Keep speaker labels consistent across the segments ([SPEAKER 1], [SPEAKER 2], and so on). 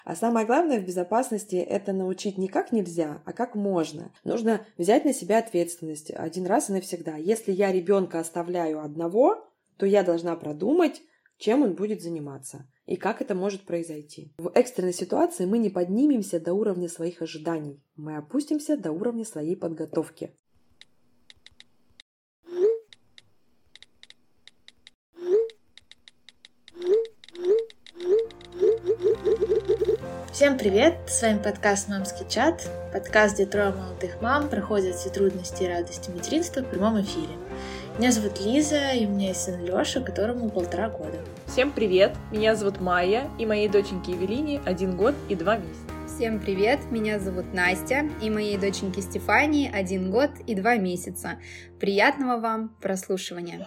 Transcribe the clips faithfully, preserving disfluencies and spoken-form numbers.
[SPEAKER 1] А самое главное в безопасности — это научить не как нельзя, а как можно. Нужно взять на себя ответственность один раз и навсегда. Если я ребенка оставляю одного, то я должна продумать, чем он будет заниматься и как это может произойти. В экстренной ситуации мы не поднимемся до уровня своих ожиданий, мы опустимся до уровня своей подготовки.
[SPEAKER 2] Всем привет! С вами подкаст «Мамский чат», подкаст, где трое молодых мам проходят все трудности и радости материнства в прямом эфире. Меня зовут Лиза, и у меня есть сын Лёша, которому полтора года.
[SPEAKER 3] Всем привет! Меня зовут Майя, и моей доченьке Евелине один год и два месяца.
[SPEAKER 4] Всем привет! Меня зовут Настя, и моей доченьке Стефании один год и два месяца. Приятного вам прослушивания!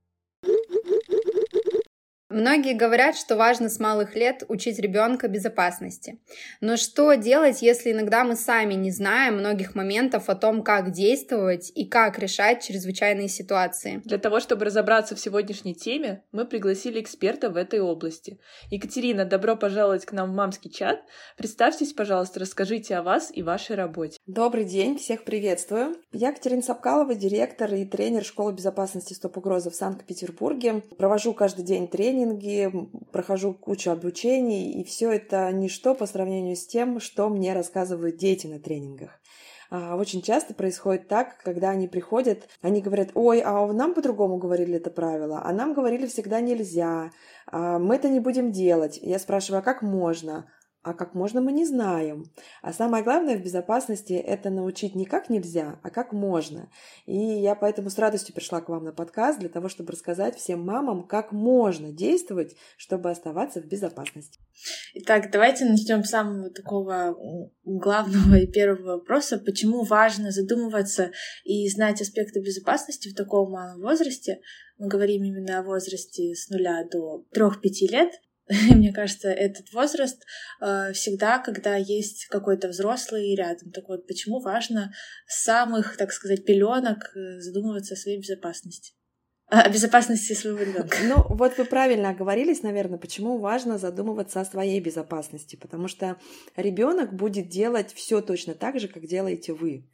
[SPEAKER 4] Многие говорят, что важно с малых лет учить ребенка безопасности. Но что делать, если иногда мы сами не знаем многих моментов о том, как действовать и как решать чрезвычайные ситуации?
[SPEAKER 3] Для того, чтобы разобраться в сегодняшней теме, мы пригласили эксперта в этой области. Екатерина, добро пожаловать к нам в «Мамский чат». Представьтесь, пожалуйста, расскажите о вас и вашей работе.
[SPEAKER 1] Добрый день, всех приветствую. Я Екатерина Сапкалова, директор и тренер школы безопасности «Стоп угрозы» в Санкт-Петербурге. Провожу каждый день тренинги, прохожу кучу обучений, и все это ничто по сравнению с тем, что мне рассказывают дети на тренингах. Очень часто происходит так, когда они приходят, они говорят: ой, а нам по-другому говорили это правило, а нам говорили всегда нельзя, мы это не будем делать. Я спрашиваю: а как можно? А как можно, мы не знаем. А самое главное в безопасности — это научить не как нельзя, а как можно. И я поэтому с радостью пришла к вам на подкаст для того, чтобы рассказать всем мамам, как можно действовать, чтобы оставаться в безопасности.
[SPEAKER 2] Итак, давайте начнем с самого такого главного и первого вопроса. Почему важно задумываться и знать аспекты безопасности в таком малом возрасте? Мы говорим именно о возрасте с нуля до трёх-пяти лет. Мне кажется, этот возраст э, всегда, когда есть какой-то взрослый рядом. Так вот, почему важно с самых, так сказать, пеленок задумываться о своей безопасности? О безопасности своего ребенка.
[SPEAKER 1] Ну, вот вы правильно оговорились, наверное, почему важно задумываться о своей безопасности, потому что ребенок будет делать все точно так же, как делаете вы.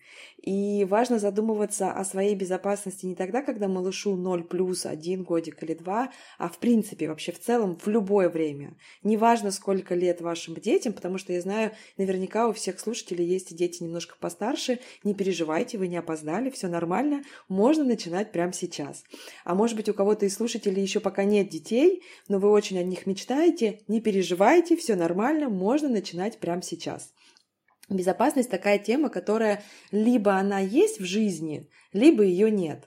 [SPEAKER 1] И важно задумываться о своей безопасности не тогда, когда малышу ноль плюс, один годик или два, а в принципе, вообще в целом, в любое время. Неважно, сколько лет вашим детям, потому что я знаю, наверняка у всех слушателей есть дети немножко постарше. Не переживайте, вы не опоздали, все нормально, можно начинать прямо сейчас. А может быть, у кого-то из слушателей еще пока нет детей, но вы очень о них мечтаете, не переживайте, все нормально, можно начинать прямо сейчас. Безопасность — такая тема, которая либо она есть в жизни, либо ее нет.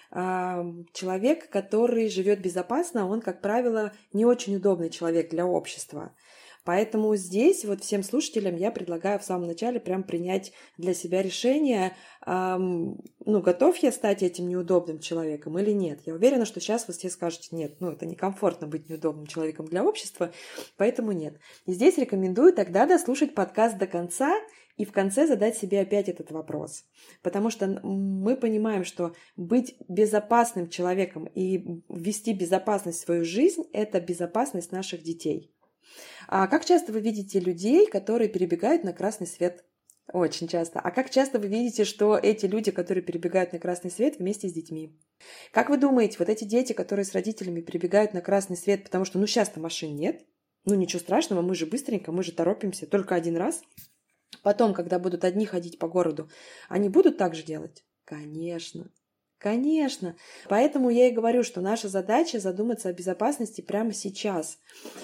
[SPEAKER 1] Человек, который живет безопасно, он, как правило, не очень удобный человек для общества. Поэтому здесь вот всем слушателям я предлагаю в самом начале прям принять для себя решение, эм, ну, готов я стать этим неудобным человеком или нет. Я уверена, что сейчас вы все скажете: нет, ну, это некомфортно быть неудобным человеком для общества, поэтому нет. И здесь рекомендую тогда дослушать подкаст до конца и в конце задать себе опять этот вопрос. Потому что мы понимаем, что быть безопасным человеком и ввести безопасность в свою жизнь — это безопасность наших детей. А как часто вы видите людей, которые перебегают на красный свет? Очень часто. А как часто вы видите, что эти люди, которые перебегают на красный свет, вместе с детьми? Как вы думаете, вот эти дети, которые с родителями перебегают на красный свет, потому что ну сейчас-то машин нет, ну ничего страшного, мы же быстренько, мы же торопимся, только один раз. Потом, когда будут одни ходить по городу, они будут так же делать? Конечно. Конечно. Поэтому я и говорю, что наша задача задуматься о безопасности прямо сейчас.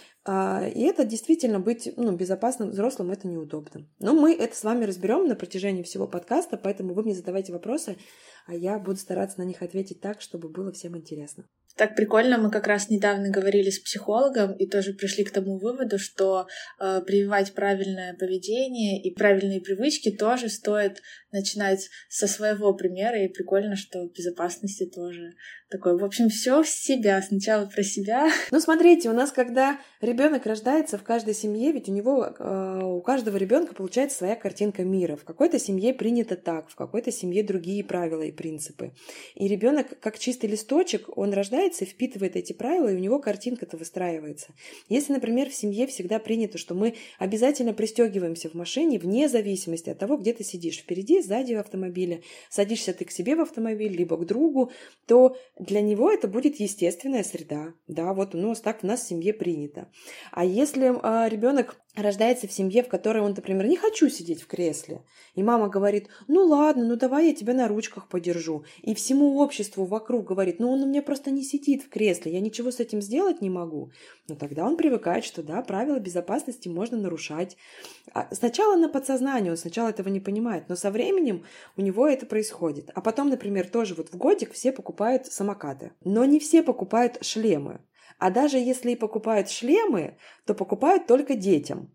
[SPEAKER 1] И это действительно быть ну, безопасным взрослым — это неудобно. Но мы это с вами разберем на протяжении всего подкаста, поэтому вы мне задавайте вопросы, а я буду стараться на них ответить так, чтобы было всем интересно.
[SPEAKER 2] Так прикольно, мы как раз недавно говорили с психологом и тоже пришли к тому выводу, что э, прививать правильное поведение и правильные привычки тоже стоит начинать со своего примера, и прикольно, что в безопасности тоже такое. В общем, все в себя, сначала про себя.
[SPEAKER 1] Ну, смотрите, у нас, когда ребенок рождается в каждой семье, ведь у него, э, у каждого ребенка получается своя картинка мира. В какой-то семье принято так, в какой-то семье другие правила и принципы. И ребенок, как чистый листочек, он рождается и впитывает эти правила, и у него картинка-то выстраивается. Если, например, в семье всегда принято, что мы обязательно пристегиваемся в машине вне зависимости от того, где ты сидишь, впереди, сзади в автомобиле, садишься ты к себе в автомобиль, либо к другу, то для него это будет естественная среда. Да, вот у нас так в нас в семье принято. А если а, ребенок рождается в семье, в которой он, например, не хочу сидеть в кресле, и мама говорит, ну ладно, ну давай я тебя на ручках подержу, и всему обществу вокруг говорит, ну он у меня просто не сидит в кресле, я ничего с этим сделать не могу, ну тогда он привыкает, что да, правила безопасности можно нарушать. А сначала на подсознании, он сначала этого не понимает, но со временем у него это происходит. А потом, например, тоже вот в годик все покупают самокаты, но не все покупают шлемы. А даже если и покупают шлемы, то покупают только детям,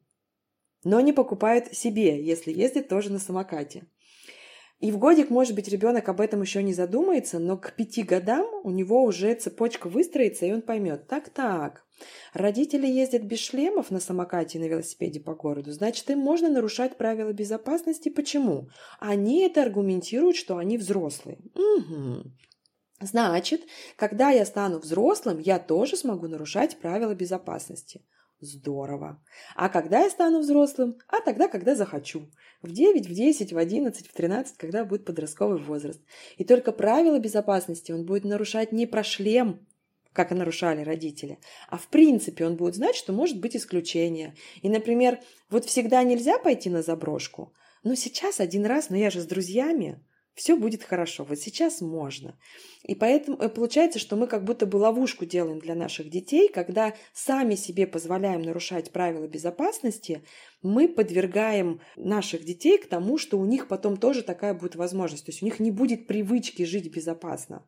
[SPEAKER 1] но не покупают себе, если ездят тоже на самокате. И в годик, может быть, ребенок об этом еще не задумается, но к пяти годам у него уже цепочка выстроится, и он поймет, так-так, родители ездят без шлемов на самокате и на велосипеде по городу, значит, им можно нарушать правила безопасности. Почему? Они это аргументируют, что они взрослые. Угу. Значит, когда я стану взрослым, я тоже смогу нарушать правила безопасности. Здорово. А когда я стану взрослым? А тогда, когда захочу. В девять, в десять, в одиннадцать, в тринадцать, когда будет подростковый возраст. И только правила безопасности он будет нарушать не про шлем, как и нарушали родители, а в принципе он будет знать, что может быть исключение. И, например, вот всегда нельзя пойти на заброшку, но сейчас один раз, но я же с друзьями, все будет хорошо, вот сейчас можно. И поэтому получается, что мы как будто бы ловушку делаем для наших детей, когда сами себе позволяем нарушать правила безопасности, мы подвергаем наших детей к тому, что у них потом тоже такая будет возможность. То есть у них не будет привычки жить безопасно.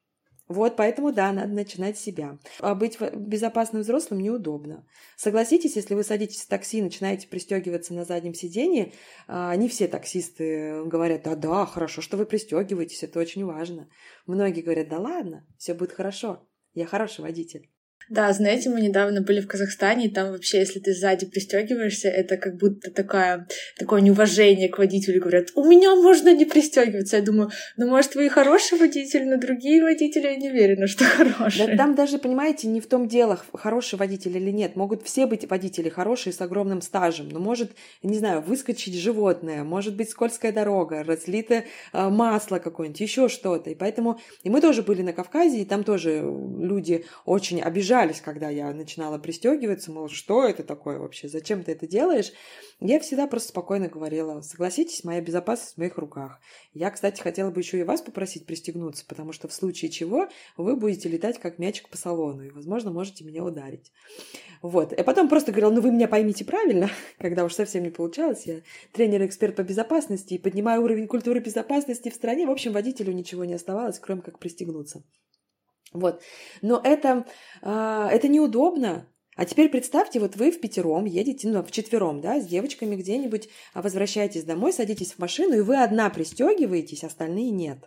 [SPEAKER 1] Вот, поэтому, да, надо начинать с себя. А быть безопасным взрослым неудобно. Согласитесь, если вы садитесь в такси и начинаете пристегиваться на заднем сидении, не все таксисты говорят, да-да, хорошо, что вы пристегиваетесь, это очень важно. Многие говорят, да ладно, все будет хорошо, я хороший водитель.
[SPEAKER 2] Да, знаете, мы недавно были в Казахстане, и там вообще, если ты сзади пристегиваешься, это как будто такое, такое неуважение к водителю. Говорят, у меня можно не пристегиваться. Я думаю, ну, может, вы и хороший водитель, но другие водители, я не уверена, что хорошие.
[SPEAKER 1] Да, там даже, понимаете, не в том дело, хороший водитель или нет. Могут все быть водители хорошие с огромным стажем, но может, не знаю, выскочить животное, может быть скользкая дорога, разлито э, масло какое-нибудь, еще что-то. И поэтому, и мы тоже были на Кавказе, и там тоже люди очень обижались, когда я начинала пристегиваться, мол, что это такое вообще, зачем ты это делаешь? Я всегда просто спокойно говорила, согласитесь, моя безопасность в моих руках. Я, кстати, хотела бы еще и вас попросить пристегнуться, потому что в случае чего вы будете летать как мячик по салону, и, возможно, можете меня ударить. Вот. И потом просто говорила, ну вы меня поймите правильно, когда уж совсем не получалось, я тренер и эксперт по безопасности и поднимаю уровень культуры безопасности в стране, в общем, водителю ничего не оставалось, кроме как пристегнуться. Вот. Но это, э, это неудобно. А теперь представьте, вот вы впятером едете, ну, вчетвером, да, с девочками где-нибудь, возвращаетесь домой, садитесь в машину, и вы одна пристегиваетесь, остальные нет.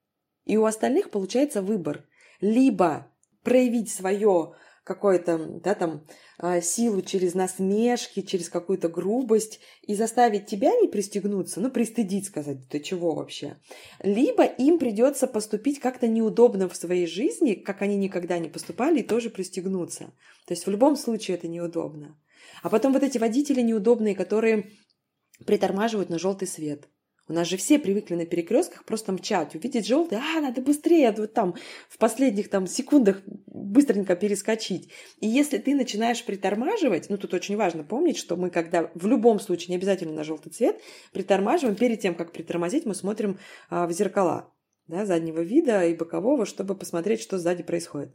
[SPEAKER 1] И у остальных получается выбор. Либо проявить свое какую-то, да, там, силу через насмешки, через какую-то грубость и заставить тебя не пристегнуться, ну, пристыдить, сказать, ты чего вообще? Либо им придется поступить как-то неудобно в своей жизни, как они никогда не поступали, и тоже пристегнуться. То есть в любом случае это неудобно. А потом вот эти водители неудобные, которые притормаживают на желтый свет. У нас же все привыкли на перекрестках просто мчать, увидеть желтый, а, надо быстрее, вот там в последних там секундах быстренько перескочить. И если ты начинаешь притормаживать, ну тут очень важно помнить, что мы когда в любом случае, не обязательно на желтый цвет, притормаживаем, перед тем, как притормозить, мы смотрим а, в зеркала, да, заднего вида и бокового, чтобы посмотреть, что сзади происходит.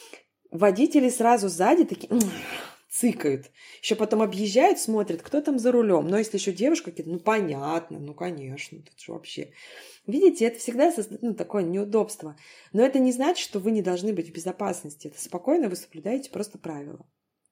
[SPEAKER 1] Водители сразу сзади такие... цыкают. Еще потом объезжают, смотрят, кто там за рулем. Но если еще девушка какие-то, ну, понятно, ну, конечно, это же вообще... Видите, это всегда создает, ну, такое неудобство. Но это не значит, что вы не должны быть в безопасности. Это спокойно вы соблюдаете просто правила.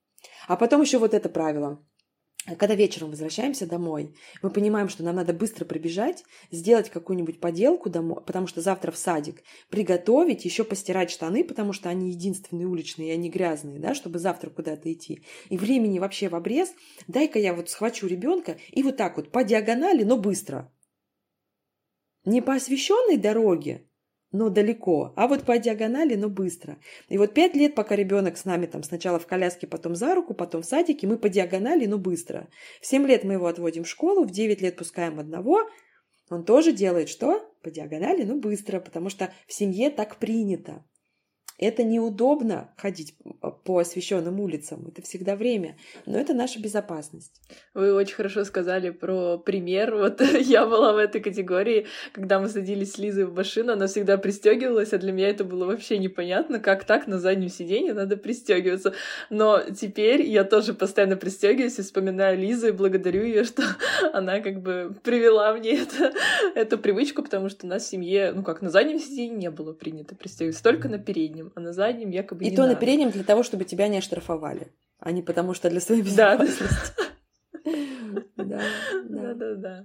[SPEAKER 1] А потом еще вот это правило. Когда вечером возвращаемся домой, мы понимаем, что нам надо быстро прибежать, сделать какую-нибудь поделку домой, потому что завтра в садик, приготовить, еще постирать штаны, потому что они единственные уличные, и они грязные, да, чтобы завтра куда-то идти. И времени вообще в обрез. Дай-ка я вот схвачу ребенка и вот так вот по диагонали, но быстро. Не по освещенной дороге, но далеко, а вот по диагонали, но быстро. И вот пять лет, пока ребенок с нами там сначала в коляске, потом за руку, потом в садике, мы по диагонали, но быстро. В семь лет мы его отводим в школу, в девять лет пускаем одного, он тоже делает что? По диагонали, но быстро, потому что в семье так принято. Это неудобно ходить по освещенным улицам, это всегда время, но это наша безопасность.
[SPEAKER 3] Вы очень хорошо сказали про пример. Вот я была в этой категории, когда мы садились с Лизой в машину, она всегда пристегивалась, а для меня это было вообще непонятно, как так на заднем сиденье надо пристегиваться. Но теперь я тоже постоянно пристегиваюсь и вспоминаю Лизу и благодарю ее, что она как бы привела мне это, эту привычку, потому что у нас в семье, ну как, на заднем сиденье не было принято пристегиваться, только на переднем. А на заднем якобы
[SPEAKER 1] и
[SPEAKER 3] не
[SPEAKER 1] то
[SPEAKER 3] надо.
[SPEAKER 1] На переднем для того, чтобы тебя не оштрафовали, а не потому что для своей безопасности.
[SPEAKER 3] Да, да, да, да.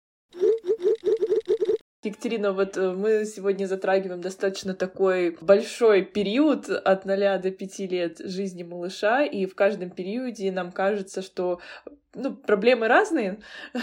[SPEAKER 3] Екатерина, вот мы сегодня затрагиваем достаточно такой большой период от ноля до пяти лет жизни малыша, и в каждом периоде нам кажется, что ну, проблемы разные,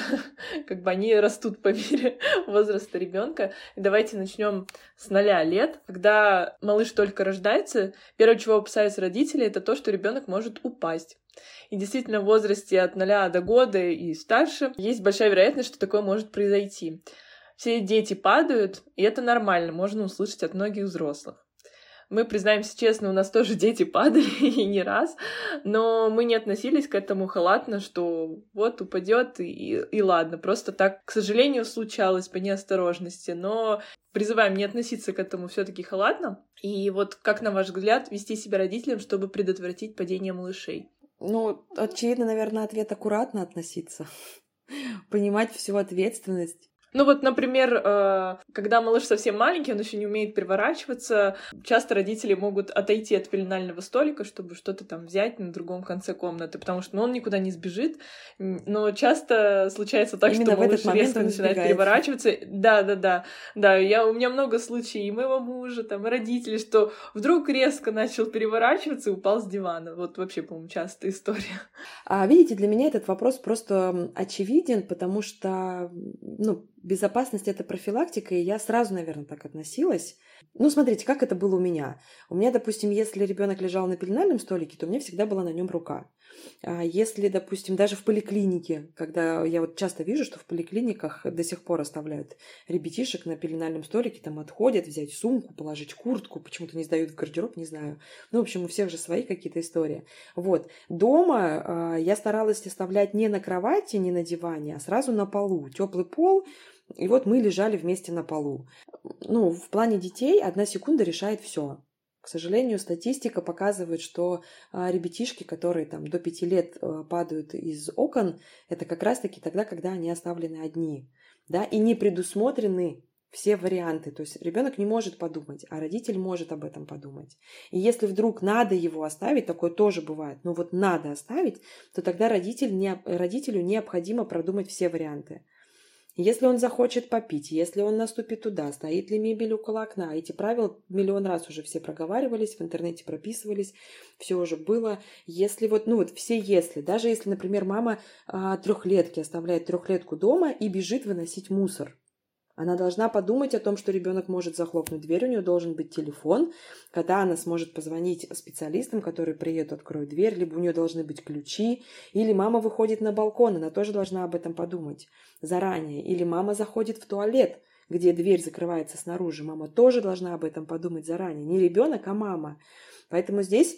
[SPEAKER 3] как бы они растут по мере возраста ребенка. И давайте начнем с ноля лет. Когда малыш только рождается, первое, чего опасаются родители, это то, что ребенок может упасть. И действительно, в возрасте от ноля до года и старше есть большая вероятность, что такое может произойти. Все дети падают, и это нормально, можно услышать от многих взрослых. Мы, признаемся честно, у нас тоже дети падали, и не раз, но мы не относились к этому халатно, что вот упадет и, и ладно. Просто так, к сожалению, случалось по неосторожности, но призываем не относиться к этому все-таки халатно. И вот как, на ваш взгляд, вести себя родителям, чтобы предотвратить падение малышей?
[SPEAKER 1] Ну, очевидно, наверное, ответ аккуратно относиться, понимать всю ответственность.
[SPEAKER 3] Ну вот, например, когда малыш совсем маленький, он еще не умеет переворачиваться, часто родители могут отойти от пеленального столика, чтобы что-то там взять на другом конце комнаты, потому что ну, он никуда не сбежит, но часто случается так,
[SPEAKER 1] Именно
[SPEAKER 3] что малыш резко начинает
[SPEAKER 1] сбегает.
[SPEAKER 3] переворачиваться. Да, да, да, да, я, у меня много случаев, и моего мужа, там, и родителей, что вдруг резко начал переворачиваться и упал с дивана. Вот вообще, по-моему, частая история.
[SPEAKER 1] А видите, для меня этот вопрос просто очевиден, потому что, ну, безопасность — это профилактика, и я сразу, наверное, так относилась. Ну, смотрите, как это было у меня. У меня, допустим, если ребенок лежал на пеленальном столике, то у меня всегда была на нем рука. А если, допустим, даже в поликлинике, когда я вот часто вижу, что в поликлиниках до сих пор оставляют ребятишек на пеленальном столике, там отходят, взять сумку, положить куртку, почему-то не сдают в гардероб, не знаю. Ну, в общем, у всех же свои какие-то истории. Вот. Дома э, я старалась оставлять не на кровати, не на диване, а сразу на полу. Теплый пол. И вот мы лежали вместе на полу. Ну, в плане детей одна секунда решает все. К сожалению, статистика показывает, что а, ребятишки, которые там до пяти лет а, падают из окон, это как раз-таки тогда, когда они оставлены одни, да, и не предусмотрены все варианты. То есть ребенок не может подумать, а родитель может об этом подумать. И если вдруг надо его оставить, такое тоже бывает, но вот надо оставить, то тогда родитель не, родителю необходимо продумать все варианты. Если он захочет попить, если он наступит туда, стоит ли мебель около окна. Эти правила миллион раз уже все проговаривались, в интернете прописывались, все уже было. Если вот, ну вот все если, даже если, например, мама а, трехлетки оставляет трехлетку дома и бежит выносить мусор. Она должна подумать о том, что ребенок может захлопнуть дверь, у нее должен быть телефон, когда она сможет позвонить специалистам, которые приедут, откроют дверь, либо у нее должны быть ключи, или мама выходит на балкон, она тоже должна об этом подумать заранее, или мама заходит в туалет, где дверь закрывается снаружи, мама тоже должна об этом подумать заранее, не ребенок, а мама. Поэтому здесь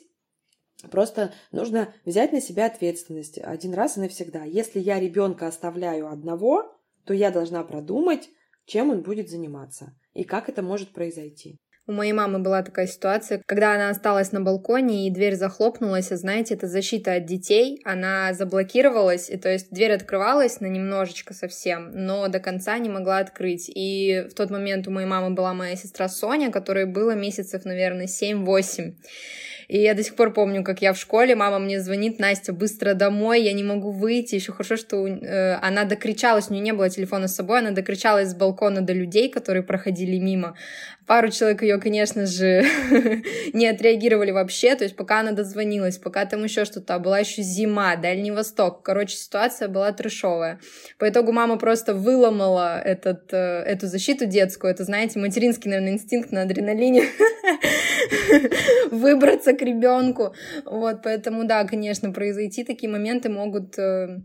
[SPEAKER 1] просто нужно взять на себя ответственность один раз и навсегда. Если я ребенка оставляю одного, то я должна продумать, чем он будет заниматься и как это может произойти.
[SPEAKER 4] У моей мамы была такая ситуация, когда она осталась на балконе и дверь захлопнулась, а знаете, это защита от детей, она заблокировалась, и то есть дверь открывалась на немножечко совсем, но до конца не могла открыть. И в тот момент у моей мамы была моя сестра Соня, которой было месяцев, наверное, семь-восемь. И я до сих пор помню, как я в школе, мама мне звонит: Настя, быстро домой, я не могу выйти. Еще хорошо, что э, она докричалась, у нее не было телефона с собой, она докричалась с балкона до людей, которые проходили мимо. Пару человек ее, конечно же, не отреагировали вообще, то есть пока она дозвонилась, пока там еще что-то, а была еще зима, Дальний Восток. Короче, ситуация была трешовая. По итогу мама просто выломала этот, эту защиту детскую. Это, знаете, материнский, наверное, инстинкт на адреналине выбраться к ребенку. Вот, поэтому, да, конечно, произойти такие моменты могут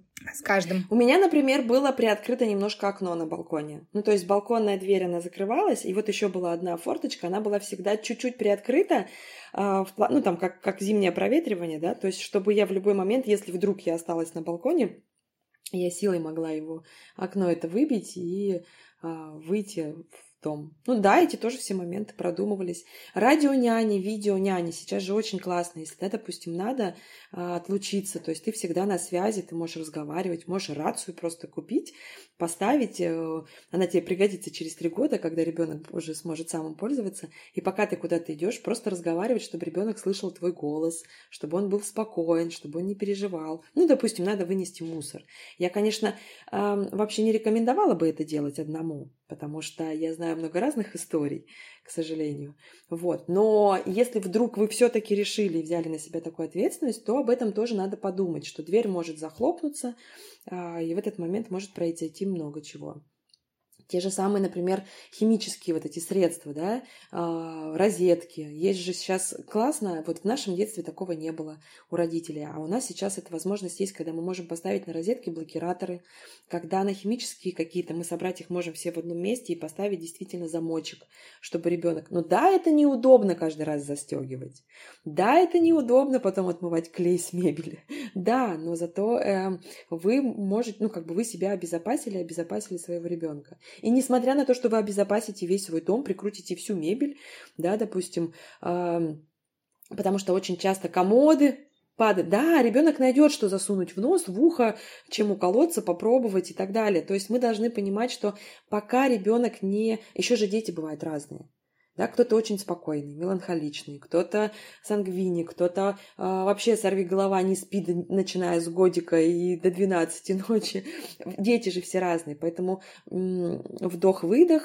[SPEAKER 4] с каждым.
[SPEAKER 1] У меня, например, было приоткрыто немножко окно на балконе. Ну, то есть балконная дверь, она закрывалась, и вот еще была одна форточка, она была всегда чуть-чуть приоткрыта, э, в, ну, там, как, как зимнее проветривание, да, то есть чтобы я в любой момент, если вдруг я осталась на балконе, я силой могла его, окно это выбить и э, выйти в дом. Ну да, эти тоже все моменты продумывались. Радио-няни, видео-няни сейчас же очень классно. Если, да, допустим, надо а, отлучиться, то есть ты всегда на связи, ты можешь разговаривать, можешь рацию просто купить, поставить, э, она тебе пригодится через три года, когда ребенок уже сможет сам им пользоваться, и пока ты куда-то идешь, просто разговаривать, чтобы ребенок слышал твой голос, чтобы он был спокоен, чтобы он не переживал. Ну, допустим, надо вынести мусор. Я, конечно, э, вообще не рекомендовала бы это делать одному, потому что я знаю много разных историй, к сожалению. Вот. Но если вдруг вы все-таки решили и взяли на себя такую ответственность, то об этом тоже надо подумать, что дверь может захлопнуться, и в этот момент может произойти много чего. Те же самые, например, химические вот эти средства, да, э, розетки. Есть же сейчас классно, вот в нашем детстве такого не было у родителей, а у нас сейчас эта возможность есть, когда мы можем поставить на розетки блокираторы, когда на химические какие-то мы собрать их можем все в одном месте и поставить действительно замочек, чтобы ребенок... Ну да, это неудобно каждый раз застегивать, да, это неудобно потом отмывать клей с мебели, да, но зато э, вы можете, ну как бы вы себя обезопасили, обезопасили своего ребенка. И несмотря на то, что вы обезопасите весь свой дом, прикрутите всю мебель, да, допустим, э, потому что очень часто комоды падают. Да, ребенок найдет, что засунуть в нос, в ухо, чем уколоться, попробовать и так далее. То есть мы должны понимать, что пока ребенок не... Еще же дети бывают разные. Да, кто-то очень спокойный, меланхоличный, кто-то сангвиник, кто-то э, вообще сорвиголова, не спит, начиная с годика и до двенадцати ночи. Дети же все разные, поэтому м- вдох-выдох.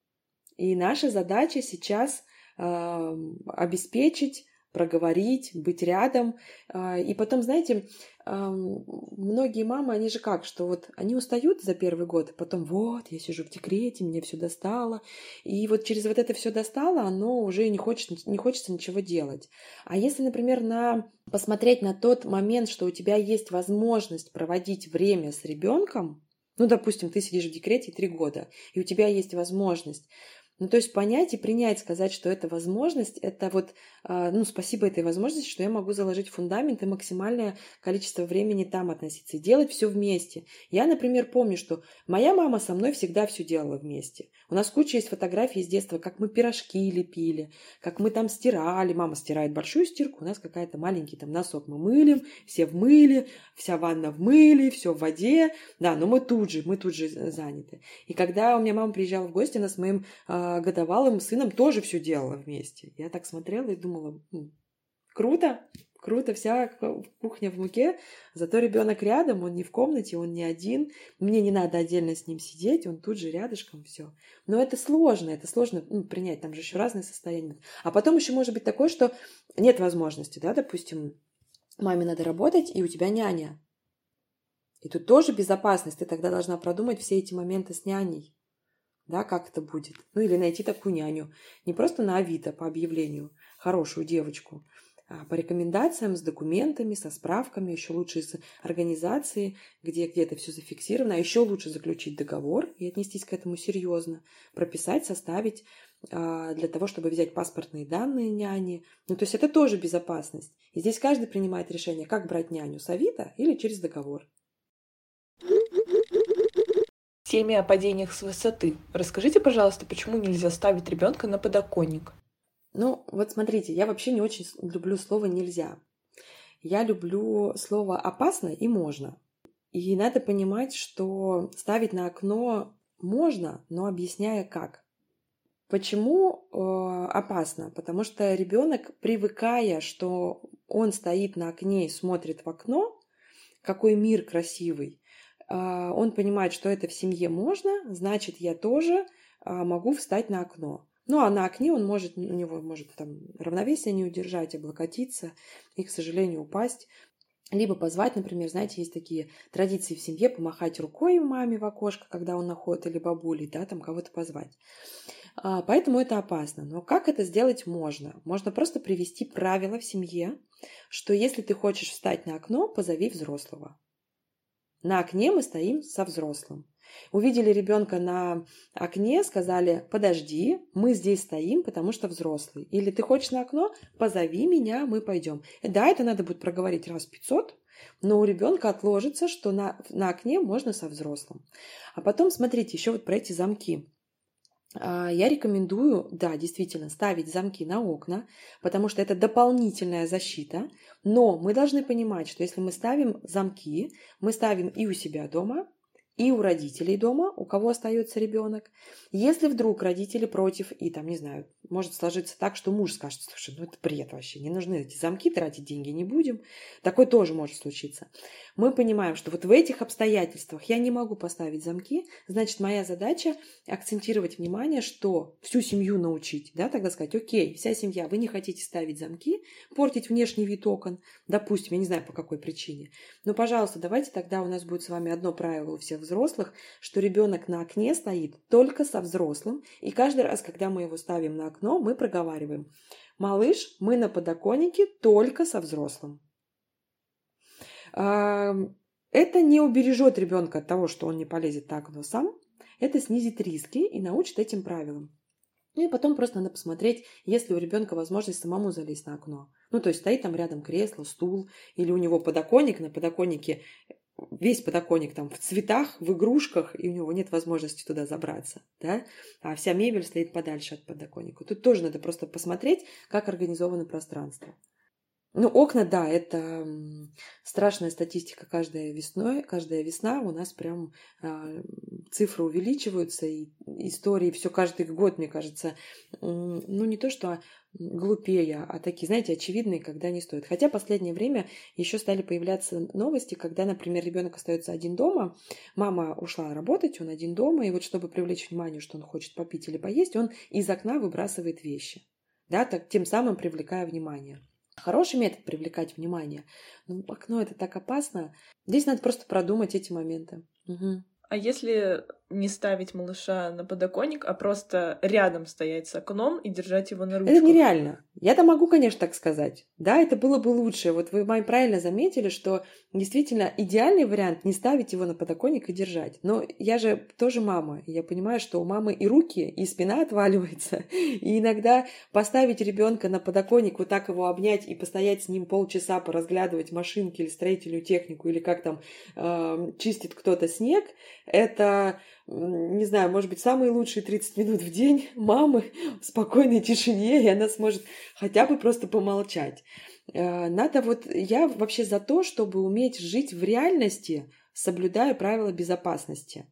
[SPEAKER 1] И наша задача сейчас э, обеспечить, проговорить, быть рядом. И потом, знаете, многие мамы, они же как, что вот они устают за первый год, потом вот, я сижу в декрете, мне все достало. И вот через вот это все достало, оно уже не хочет, не хочется ничего делать. А если, например, на, посмотреть на тот момент, что у тебя есть возможность проводить время с ребенком, ну, допустим, ты сидишь в декрете три года, и у тебя есть возможность. Ну, то есть понять и принять, сказать, что эта возможность, это вот, ну, спасибо этой возможности, что я могу заложить фундамент и максимальное количество времени там относиться, и делать все вместе. Я, например, помню, что моя мама со мной всегда все делала вместе. У нас куча есть фотографий из детства, как мы пирожки лепили, как мы там стирали. Мама стирает большую стирку, у нас какая-то маленький там носок мы мылим, все вмыли, вся ванна вмыли, все в воде. Да, но мы тут же, мы тут же заняты. И когда у меня мама приезжала в гости, она с моим годовалым сыном тоже все делала вместе. Я так смотрела и думала, ну, круто, круто, вся кухня в муке, зато ребенок рядом, он не в комнате, он не один, мне не надо отдельно с ним сидеть, он тут же рядышком, все. Но это сложно, это сложно, ну, принять, там же еще разные состояния. А потом еще может быть такое, что нет возможности, да, допустим, маме надо работать, и у тебя няня. И тут тоже безопасность, ты тогда должна продумать все эти моменты с няней. Да, как это будет. Ну, или найти такую няню. Не просто на Авито по объявлению, хорошую девочку, а по рекомендациям, с документами, со справками, еще лучше из организации, где где-то все зафиксировано, а еще лучше заключить договор и отнестись к этому серьезно, прописать, составить а, для того, чтобы взять паспортные данные няни. Ну, то есть это тоже безопасность. И здесь каждый принимает решение, как брать няню, с Авито или через договор.
[SPEAKER 3] В теме о падениях с высоты. Расскажите, пожалуйста, почему нельзя ставить ребенка на подоконник?
[SPEAKER 1] Ну, вот смотрите, я вообще не очень люблю слово «нельзя». Я люблю слово «опасно» и «можно». И надо понимать, что ставить на окно можно, но объясняя как. Почему э, опасно? Потому что ребенок, привыкая, что он стоит на окне и смотрит в окно, какой мир красивый, он понимает, что это в семье можно, значит, я тоже могу встать на окно. Ну, а на окне он может, у него может там равновесие не удержать, облокотиться и, к сожалению, упасть. Либо позвать, например, знаете, есть такие традиции в семье, помахать рукой маме в окошко, когда он находит, или бабулей, да, там кого-то позвать. А, поэтому это опасно. Но как это сделать можно? Можно просто привести правило в семье, что если ты хочешь встать на окно, позови взрослого. На окне мы стоим со взрослым. Увидели ребенка на окне, сказали: подожди, мы здесь стоим, потому что взрослый. Или ты хочешь на окно, позови меня, мы пойдем. Да, это надо будет проговорить раз пятьсот, но у ребенка отложится, что на, на окне можно со взрослым. А потом, смотрите, еще вот про эти замки. Я рекомендую, да, действительно, ставить замки на окна, потому что это дополнительная защита. Но мы должны понимать, что если мы ставим замки, мы ставим и у себя дома, и у родителей дома, у кого остается ребенок. Если вдруг родители против, и там, не знаю, может сложиться так, что муж скажет: слушай, ну это бред вообще, не нужны эти замки, тратить деньги не будем. Такое тоже может случиться. Мы понимаем, что вот в этих обстоятельствах я не могу поставить замки, значит, моя задача акцентировать внимание, что всю семью научить, да, тогда сказать: окей, вся семья, вы не хотите ставить замки, портить внешний вид окон, допустим, я не знаю по какой причине, но, пожалуйста, давайте тогда у нас будет с вами одно правило у всех взрослых, что ребенок на окне стоит только со взрослым, и каждый раз, когда мы его ставим на окно, мы проговариваем: малыш, мы на подоконнике только со взрослым. Это не убережет ребенка от того, что он не полезет на окно сам, это снизит риски и научит этим правилам. И потом просто надо посмотреть, есть ли у ребенка возможность самому залезть на окно. Ну, то есть стоит там рядом кресло, стул, или у него подоконник, на подоконнике весь подоконник там в цветах, в игрушках, и у него нет возможности туда забраться, да, а вся мебель стоит подальше от подоконника. Тут тоже надо просто посмотреть, как организовано пространство. Ну, окна, да, это страшная статистика. Каждая весной, каждая весна у нас прям э, цифры увеличиваются, и истории все каждый год, мне кажется, э, ну, не то что глупее, а такие, знаете, очевидные, когда не стоит. Хотя в последнее время еще стали появляться новости, когда, например, ребенок остается один дома, мама ушла работать, он один дома, и вот чтобы привлечь внимание, что он хочет попить или поесть, он из окна выбрасывает вещи, да, так, тем самым привлекая внимание. Хороший метод привлекать внимание. Но окно — это так опасно. Здесь надо просто продумать эти моменты. Угу.
[SPEAKER 3] А если не ставить малыша на подоконник, а просто рядом стоять с окном и держать его на ручках?
[SPEAKER 1] Это нереально. Я-то могу, конечно, так сказать. Да, это было бы лучше. Вот вы правильно заметили, что действительно идеальный вариант — не ставить его на подоконник и держать. Но я же тоже мама. И я понимаю, что у мамы и руки, и спина отваливается. И иногда поставить ребенка на подоконник, вот так его обнять и постоять с ним полчаса, поразглядывать машинки или строительную технику, или как там э, чистит кто-то снег, это, не знаю, может быть, самые лучшие тридцать минут в день мамы в спокойной тишине, и она сможет хотя бы просто помолчать. Надо вот... Я вообще за то, чтобы уметь жить в реальности, соблюдая правила безопасности.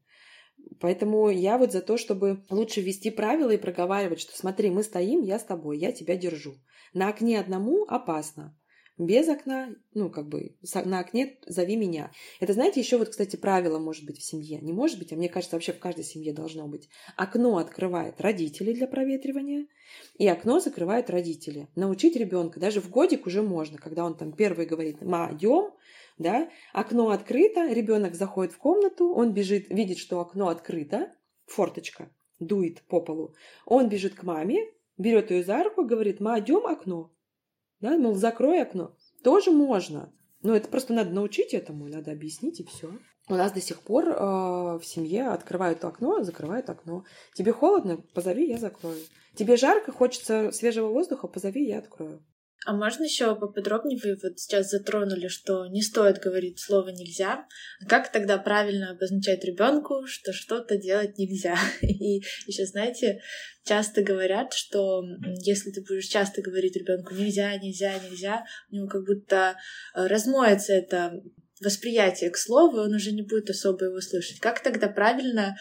[SPEAKER 1] Поэтому я вот за то, чтобы лучше ввести правила и проговаривать, что смотри, мы стоим, я с тобой, я тебя держу. На окне одному опасно. Без окна, ну, как бы, на окне зови меня. Это, знаете, еще вот, кстати, правило может быть в семье. Не может быть, а мне кажется, вообще в каждой семье должно быть. Окно открывают родители для проветривания, и окно закрывают родители. Научить ребенка даже в годик уже можно, когда он там первый говорит: «Ма, идем», да, окно открыто, ребенок заходит в комнату, он бежит, видит, что окно открыто, форточка дует по полу, он бежит к маме, берет ее за руку, говорит: «Ма, идем, окно». Да, мол, закрой окно. Тоже можно. Но это просто надо научить этому, надо объяснить, и все. У нас до сих пор э, в семье открывают окно, закрывают окно. Тебе холодно? Позови, я закрою. Тебе жарко, хочется свежего воздуха? Позови, я открою.
[SPEAKER 2] А можно еще поподробнее, вы вот сейчас затронули, что не стоит говорить слово «нельзя». Как тогда правильно обозначать ребенку, что что-то делать нельзя? И еще, знаете, часто говорят, что если ты будешь часто говорить ребенку «нельзя, нельзя, нельзя», у него как будто размоется это восприятие к слову, и он уже не будет особо его слышать. Как тогда правильно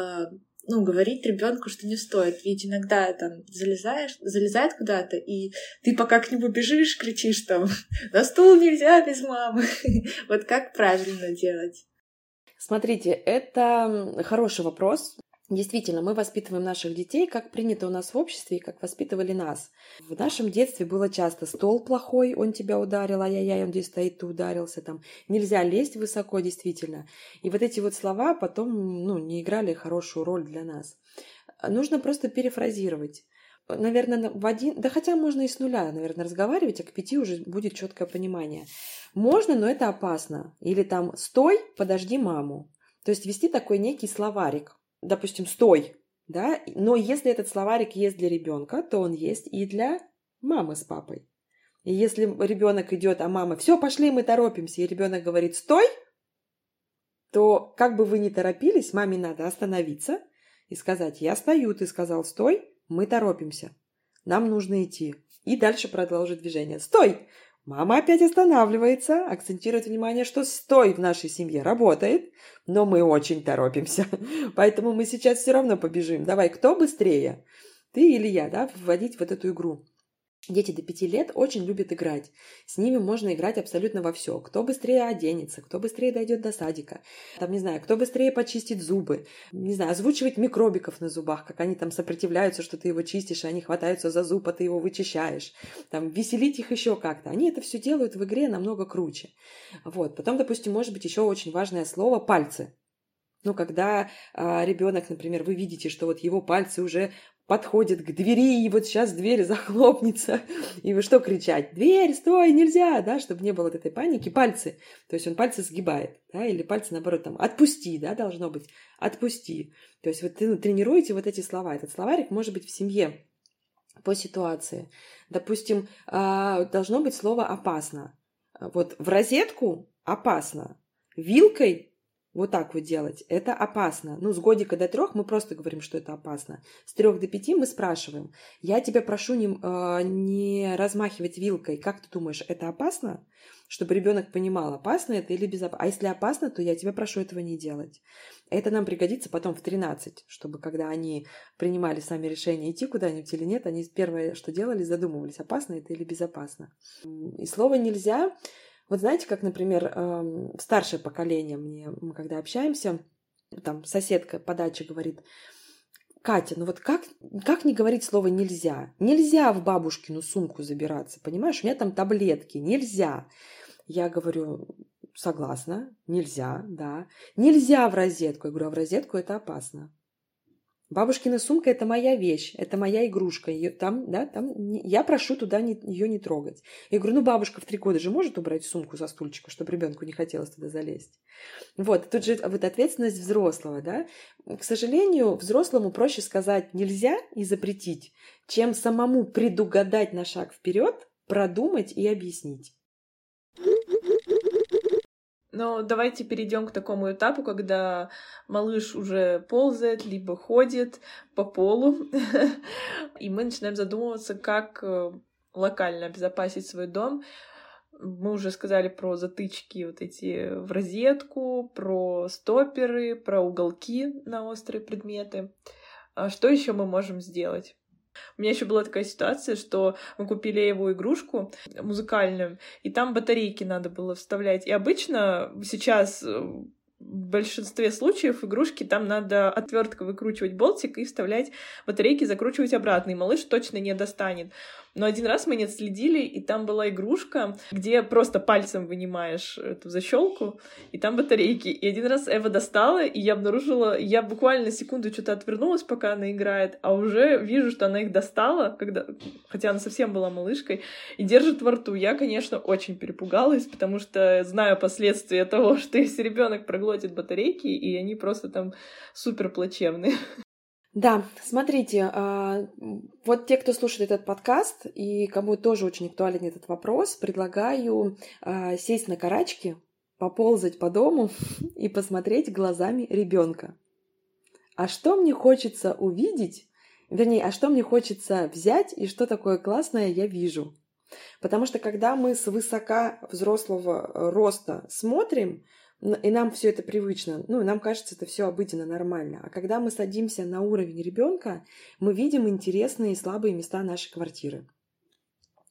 [SPEAKER 2] ну, говорить ребенку, что не стоит? Ведь иногда там залезаешь, залезает куда-то, и ты пока к нему бежишь, кричишь там: «На стул нельзя без мамы». Вот как правильно делать?
[SPEAKER 1] Смотрите, это хороший вопрос. Действительно, мы воспитываем наших детей, как принято у нас в обществе и как воспитывали нас. В нашем детстве было часто: стол плохой, он тебя ударил, ай-яй-яй, он здесь стоит, ты ударился, там, нельзя лезть высоко, действительно. И вот эти вот слова потом, ну, не играли хорошую роль для нас. Нужно просто перефразировать. Наверное, в один... Да хотя можно и с нуля, наверное, разговаривать, а к пяти уже будет четкое понимание. Можно, но это опасно. Или там «стой, подожди маму». То есть вести такой некий словарик. Допустим, «стой», да, но если этот словарик есть для ребенка, то он есть и для мамы с папой. И если ребенок идет, а мама: «все, пошли, мы торопимся», и ребенок говорит «стой», то как бы вы ни торопились, маме надо остановиться и сказать: «я стою, ты сказал стой, мы торопимся, нам нужно идти». И дальше продолжить движение. «Стой!» Мама опять останавливается, акцентирует внимание, что «стой» в нашей семье работает, но мы очень торопимся, поэтому мы сейчас все равно побежим. Давай, кто быстрее? Ты или я, да, вводить вот эту игру. Дети до пяти лет очень любят играть. С ними можно играть абсолютно во все. Кто быстрее оденется, кто быстрее дойдет до садика, там, не знаю, кто быстрее почистит зубы, не знаю, озвучивать микробиков на зубах, как они там сопротивляются, что ты его чистишь, и они хватаются за зуб, а ты его вычищаешь. Там, веселить их еще как-то. Они это все делают в игре намного круче. Вот. Потом, допустим, может быть еще очень важное слово «пальцы». Ну, когда а, ребенок, например, вы видите, что вот его пальцы уже подходят к двери, и вот сейчас дверь захлопнется, и вы что кричать? «Дверь, стой, нельзя!» Да, чтобы не было вот этой паники. Пальцы. То есть он пальцы сгибает, да, или пальцы, наоборот, там «отпусти», да, должно быть «отпусти». То есть вот вы тренируете вот эти слова. Этот словарик может быть в семье по ситуации. Допустим, а, должно быть слово «опасно». Вот в розетку опасно. Вилкой вот так вот делать, это опасно. Ну, с годика до трех мы просто говорим, что это опасно. С трех до пяти мы спрашиваем: я тебя прошу не, э, не размахивать вилкой. Как ты думаешь, это опасно? Чтобы ребенок понимал, опасно это или безопасно. А если опасно, то я тебя прошу этого не делать. Это нам пригодится потом в тринадцать, чтобы когда они принимали сами решение идти куда-нибудь или нет, они первое, что делали, задумывались, опасно это или безопасно. И слово «нельзя». Вот знаете, как, например, старшее поколение, мне, мы когда общаемся, там соседка по даче говорит: «Катя, ну вот как, как не говорить слово «нельзя»? Нельзя в бабушкину сумку забираться, понимаешь? У меня там таблетки, нельзя». Я говорю: согласна, нельзя, да. Нельзя в розетку. Я говорю: а в розетку это опасно. Бабушкина сумка – это моя вещь, это моя игрушка. Ее там, да, там не, я прошу туда не, ее не трогать. Я говорю: ну, бабушка в три года же может убрать сумку со стульчика, чтобы ребенку не хотелось туда залезть. Вот, тут же вот ответственность взрослого, да. К сожалению, взрослому проще сказать «нельзя» и запретить, чем самому предугадать на шаг вперед, продумать и объяснить.
[SPEAKER 3] Но давайте перейдем к такому этапу, когда малыш уже ползает, либо ходит по полу, и мы начинаем задумываться, как локально обезопасить свой дом. Мы уже сказали про затычки вот эти в розетку, про стопперы, про уголки на острые предметы. А что еще мы можем сделать? У меня еще была такая ситуация, что мы купили его игрушку музыкальную, и там батарейки надо было вставлять. И обычно сейчас в большинстве случаев игрушки там надо отверткой выкручивать болтик и вставлять батарейки, закручивать обратно, и малыш точно не достанет. Но один раз мы не отследили, и там была игрушка, где просто пальцем вынимаешь эту защелку, и там батарейки. И один раз Эва достала, и я обнаружила, я буквально секунду что-то отвернулась, пока она играет, а уже вижу, что она их достала, когда... хотя она совсем была малышкой, и держит во рту. Я, конечно, очень перепугалась, потому что знаю последствия того, что если ребенок проглотит батарейки, и они просто там супер плачевные.
[SPEAKER 1] Да, смотрите, вот те, кто слушает этот подкаст, и кому тоже очень актуален этот вопрос, предлагаю сесть на карачки, поползать по дому и посмотреть глазами ребенка. А что мне хочется увидеть, вернее, а что мне хочется взять и что такое классное я вижу? Потому что когда мы свысока взрослого роста смотрим, и нам все это привычно, ну, нам кажется, это все обыденно, нормально. А когда мы садимся на уровень ребенка, мы видим интересные и слабые места нашей квартиры.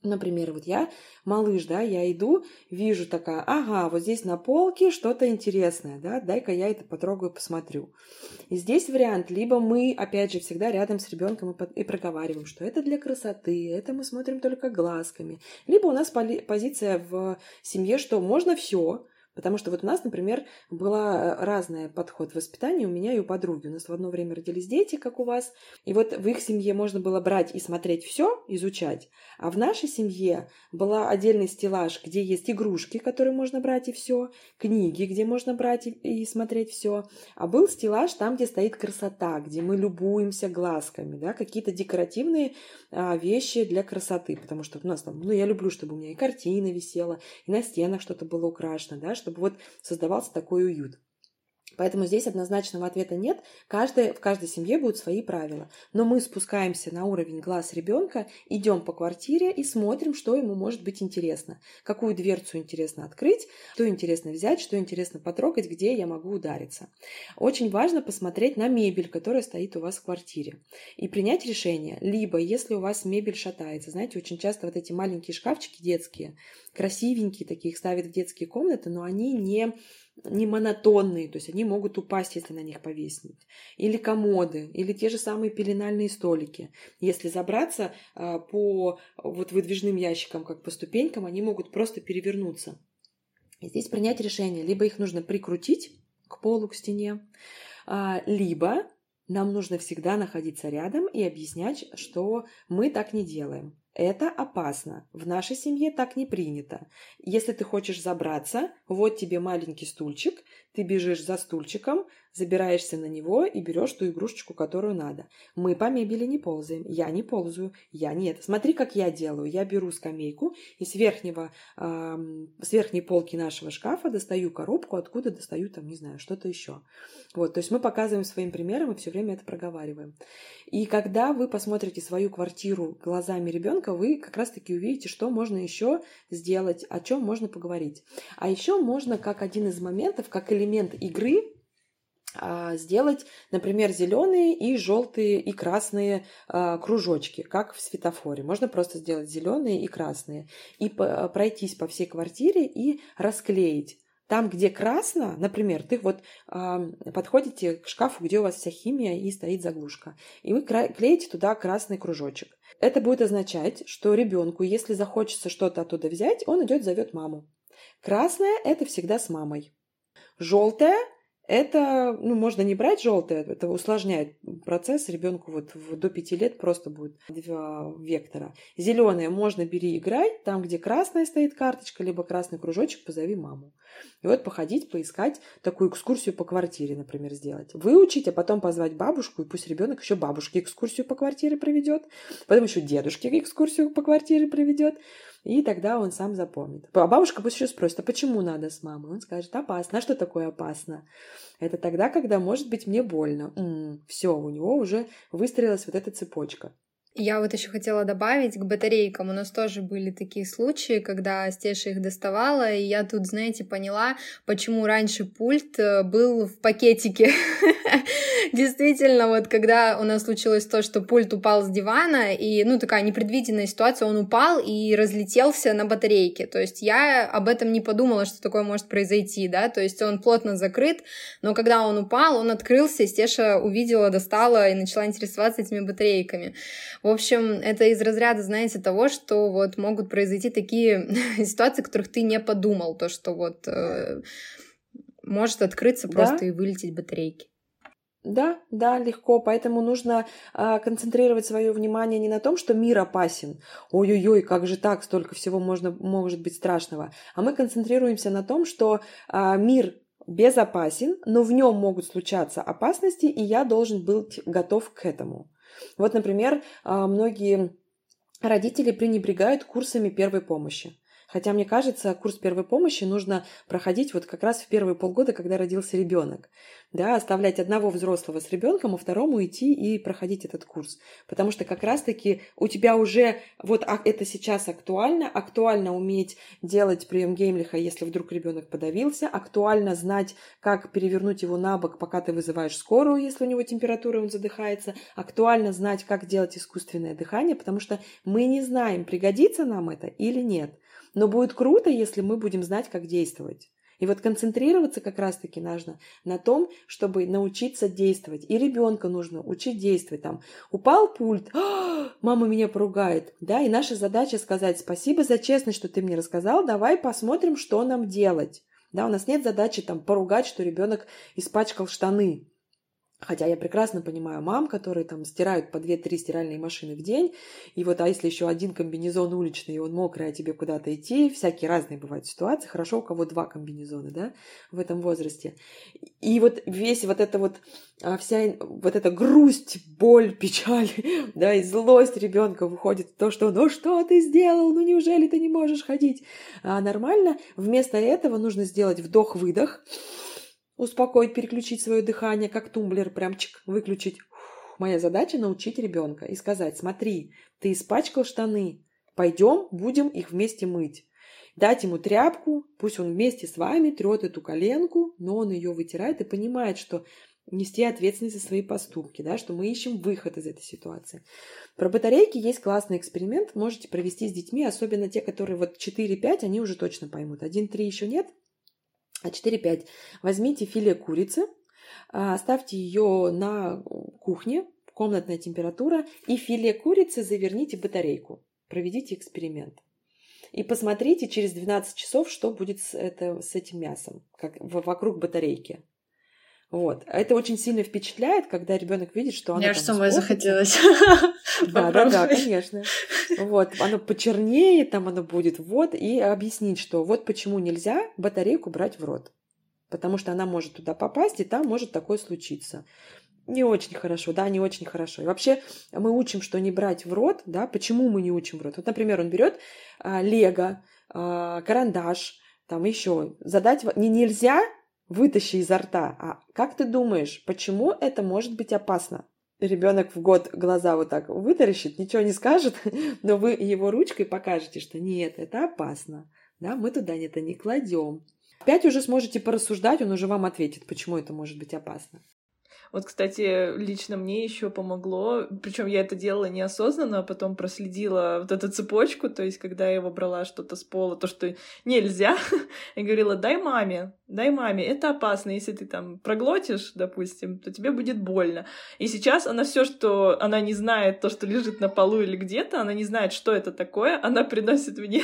[SPEAKER 1] Например, вот я малыш, да, я иду, вижу такая, ага, вот здесь на полке что-то интересное, да, дай-ка я это потрогаю, посмотрю. И здесь вариант, либо мы, опять же, всегда рядом с ребенком и, под, и проговариваем, что это для красоты, это мы смотрим только глазками, либо у нас поли, позиция в семье, что можно все. Потому что вот у нас, например, был разный подход в воспитании у меня и у подруги. У нас в одно время родились дети, как у вас. И вот в их семье можно было брать и смотреть все, изучать. А в нашей семье был отдельный стеллаж, где есть игрушки, которые можно брать и все, книги, где можно брать и, и смотреть все. А был стеллаж там, где стоит красота, где мы любуемся глазками, да, какие-то декоративные а, вещи для красоты. Потому что у нас там, ну, я люблю, чтобы у меня и картина висела, и на стенах что-то было украшено, да, чтобы вот создавался такой уют. Поэтому здесь однозначного ответа нет. Каждая, в каждой семье будут свои правила. Но мы спускаемся на уровень глаз ребенка, идем по квартире и смотрим, что ему может быть интересно. Какую дверцу интересно открыть, что интересно взять, что интересно потрогать, где я могу удариться. Очень важно посмотреть на мебель, которая стоит у вас в квартире. И принять решение. Либо, если у вас мебель шатается, знаете, очень часто вот эти маленькие шкафчики детские, красивенькие, такие их ставят в детские комнаты, но они не... не монотонные, то есть они могут упасть, если на них повиснуть. Или комоды, или те же самые пеленальные столики. Если забраться а, по вот выдвижным ящикам, как по ступенькам, они могут просто перевернуться. И здесь принять решение. Либо их нужно прикрутить к полу, к стене, а, либо нам нужно всегда находиться рядом и объяснять, что мы так не делаем. Это опасно. В нашей семье так не принято. Если ты хочешь забраться, вот тебе маленький стульчик, ты бежишь за стульчиком, забираешься на него и берешь ту игрушечку, которую надо. Мы по мебели не ползаем. Я не ползаю. Я нет. Смотри, как я делаю. Я беру скамейку и с верхнего, э, с верхней полки нашего шкафа достаю коробку, откуда достаю там, не знаю, что-то еще. Вот, то есть мы показываем своим примером и все время это проговариваем. И когда вы посмотрите свою квартиру глазами ребенка, вы как раз-таки увидите, что можно еще сделать, о чем можно поговорить. А еще можно, как один из моментов, как элемент игры, сделать, например, зеленые и желтые и красные а, кружочки, как в светофоре. Можно просто сделать зеленые и красные и по- пройтись по всей квартире и расклеить. Там, где красно, например, ты вот а, подходите к шкафу, где у вас вся химия и стоит заглушка, и вы клеите туда красный кружочек. Это будет означать, что ребенку, если захочется что-то оттуда взять, он идет, зовет маму. Красное – это всегда с мамой. Желтое – это, ну, можно не брать желтое, это усложняет процесс. Ребенку вот в, до пяти лет просто будет два вектора. Зеленое можно бери, играй, там, где красная стоит карточка, либо красный кружочек, позови маму. И вот походить, поискать, такую экскурсию по квартире, например, сделать. Выучить, а потом позвать бабушку, и пусть ребенок еще бабушке экскурсию по квартире проведет, потом еще дедушке экскурсию по квартире проведет, и тогда он сам запомнит. А бабушка пусть еще спросит, а почему надо с мамой? Он скажет, опасно. А что такое опасно? Это тогда, когда, может быть, мне больно. М-м, все, у него уже выстроилась вот эта цепочка.
[SPEAKER 4] Я вот еще хотела добавить к батарейкам. У нас тоже были такие случаи, когда Стеша их доставала, и я тут, знаете, поняла, почему раньше пульт был в пакетике. Действительно, вот когда у нас случилось то, что пульт упал с дивана, и, ну, такая непредвиденная ситуация, он упал и разлетелся на батарейке. То есть я об этом не подумала, что такое может произойти, да, то есть он плотно закрыт, но когда он упал, он открылся, и Стеша увидела, достала и начала интересоваться этими батарейками. В общем, это из разряда, знаете, того, что вот могут произойти такие ситуации, о которых ты не подумал, то, что вот э, может открыться просто да? и вылететь батарейки.
[SPEAKER 1] Да, да, легко, поэтому нужно э, концентрировать свое внимание не на том, что мир опасен, ой-ой-ой, как же так, столько всего можно, может быть страшного, а мы концентрируемся на том, что э, мир безопасен, но в нем могут случаться опасности, и я должен быть готов к этому. Вот, например, многие родители пренебрегают курсами первой помощи. Хотя, мне кажется, курс первой помощи нужно проходить вот как раз в первые полгода, когда родился ребенок. Да, оставлять одного взрослого с ребенком, а второму идти и проходить этот курс. Потому что как раз-таки у тебя уже вот а, это сейчас актуально, актуально уметь делать прием Геймлиха, если вдруг ребенок подавился, актуально знать, как перевернуть его на бок, пока ты вызываешь скорую, если у него температура, он задыхается, актуально знать, как делать искусственное дыхание, потому что мы не знаем, пригодится нам это или нет. Но будет круто, если мы будем знать, как действовать. И вот концентрироваться как раз-таки нужно на том, чтобы научиться действовать. И ребенка нужно учить действовать. Там упал пульт, мама меня поругает. Да? И наша задача сказать: спасибо за честность, что ты мне рассказал, давай посмотрим, что нам делать. Да? У нас нет задачи там поругать, что ребенок испачкал штаны. Хотя я прекрасно понимаю мам, которые там стирают по две-три стиральные машины в день, и вот, а если еще один комбинезон уличный, и он мокрый, а тебе куда-то идти, всякие разные бывают ситуации, хорошо, у кого два комбинезона, да, в этом возрасте. И вот весь вот это вот, вся вот эта грусть, боль, печаль, да, и злость ребенка выходит в то, что ну что ты сделал, ну неужели ты не можешь ходить? А нормально, вместо этого нужно сделать вдох-выдох, успокоить, переключить свое дыхание, как тумблер, прям чик, выключить. Фух, моя задача научить ребенка и сказать: смотри, ты испачкал штаны, пойдем, будем их вместе мыть. Дать ему тряпку, пусть он вместе с вами трет эту коленку, но он ее вытирает и понимает, что нести ответственность за свои поступки, да, что мы ищем выход из этой ситуации. Про батарейки есть классный эксперимент, можете провести с детьми, особенно те, которые вот четыре-пять, они уже точно поймут. один-три еще нет. А четыре-пять. Возьмите филе курицы, оставьте ее на кухне, комнатная температура, и филе курицы заверните в батарейку. Проведите эксперимент. И посмотрите через двенадцать часов, что будет с, это, с этим мясом, как вокруг батарейки. Вот. Это очень сильно впечатляет, когда ребенок видит, что оно
[SPEAKER 2] Мне аж
[SPEAKER 1] там
[SPEAKER 2] самой
[SPEAKER 1] испортится.
[SPEAKER 2] захотелось.
[SPEAKER 1] Да, да, да, конечно. Вот, оно почернеет, там оно будет, вот, и объяснить, что вот почему нельзя батарейку брать в рот. Потому что она может туда попасть, и там может такое случиться. Не очень хорошо, да, не очень хорошо. И вообще мы учим, что не брать в рот, да, почему мы не учим в рот? Вот, например, он берет а, лего, а, карандаш, там еще, задать, не нельзя, вытащи изо рта. А как ты думаешь, почему это может быть опасно? Ребенок в год глаза вот так вытаращит, ничего не скажет, но вы его ручкой покажете, что нет, это опасно. Да, мы туда это не кладем. Опять уже сможете порассуждать, он уже вам ответит, почему это может быть опасно.
[SPEAKER 3] Вот, кстати, лично мне еще помогло, причем я это делала неосознанно, а потом проследила вот эту цепочку, то есть когда я его брала что-то с пола, то, что нельзя, я говорила: дай маме, дай маме, это опасно, если ты там проглотишь, допустим, то тебе будет больно. И сейчас она все, что она не знает, то, что лежит на полу или где-то, она не знает, что это такое, она приносит мне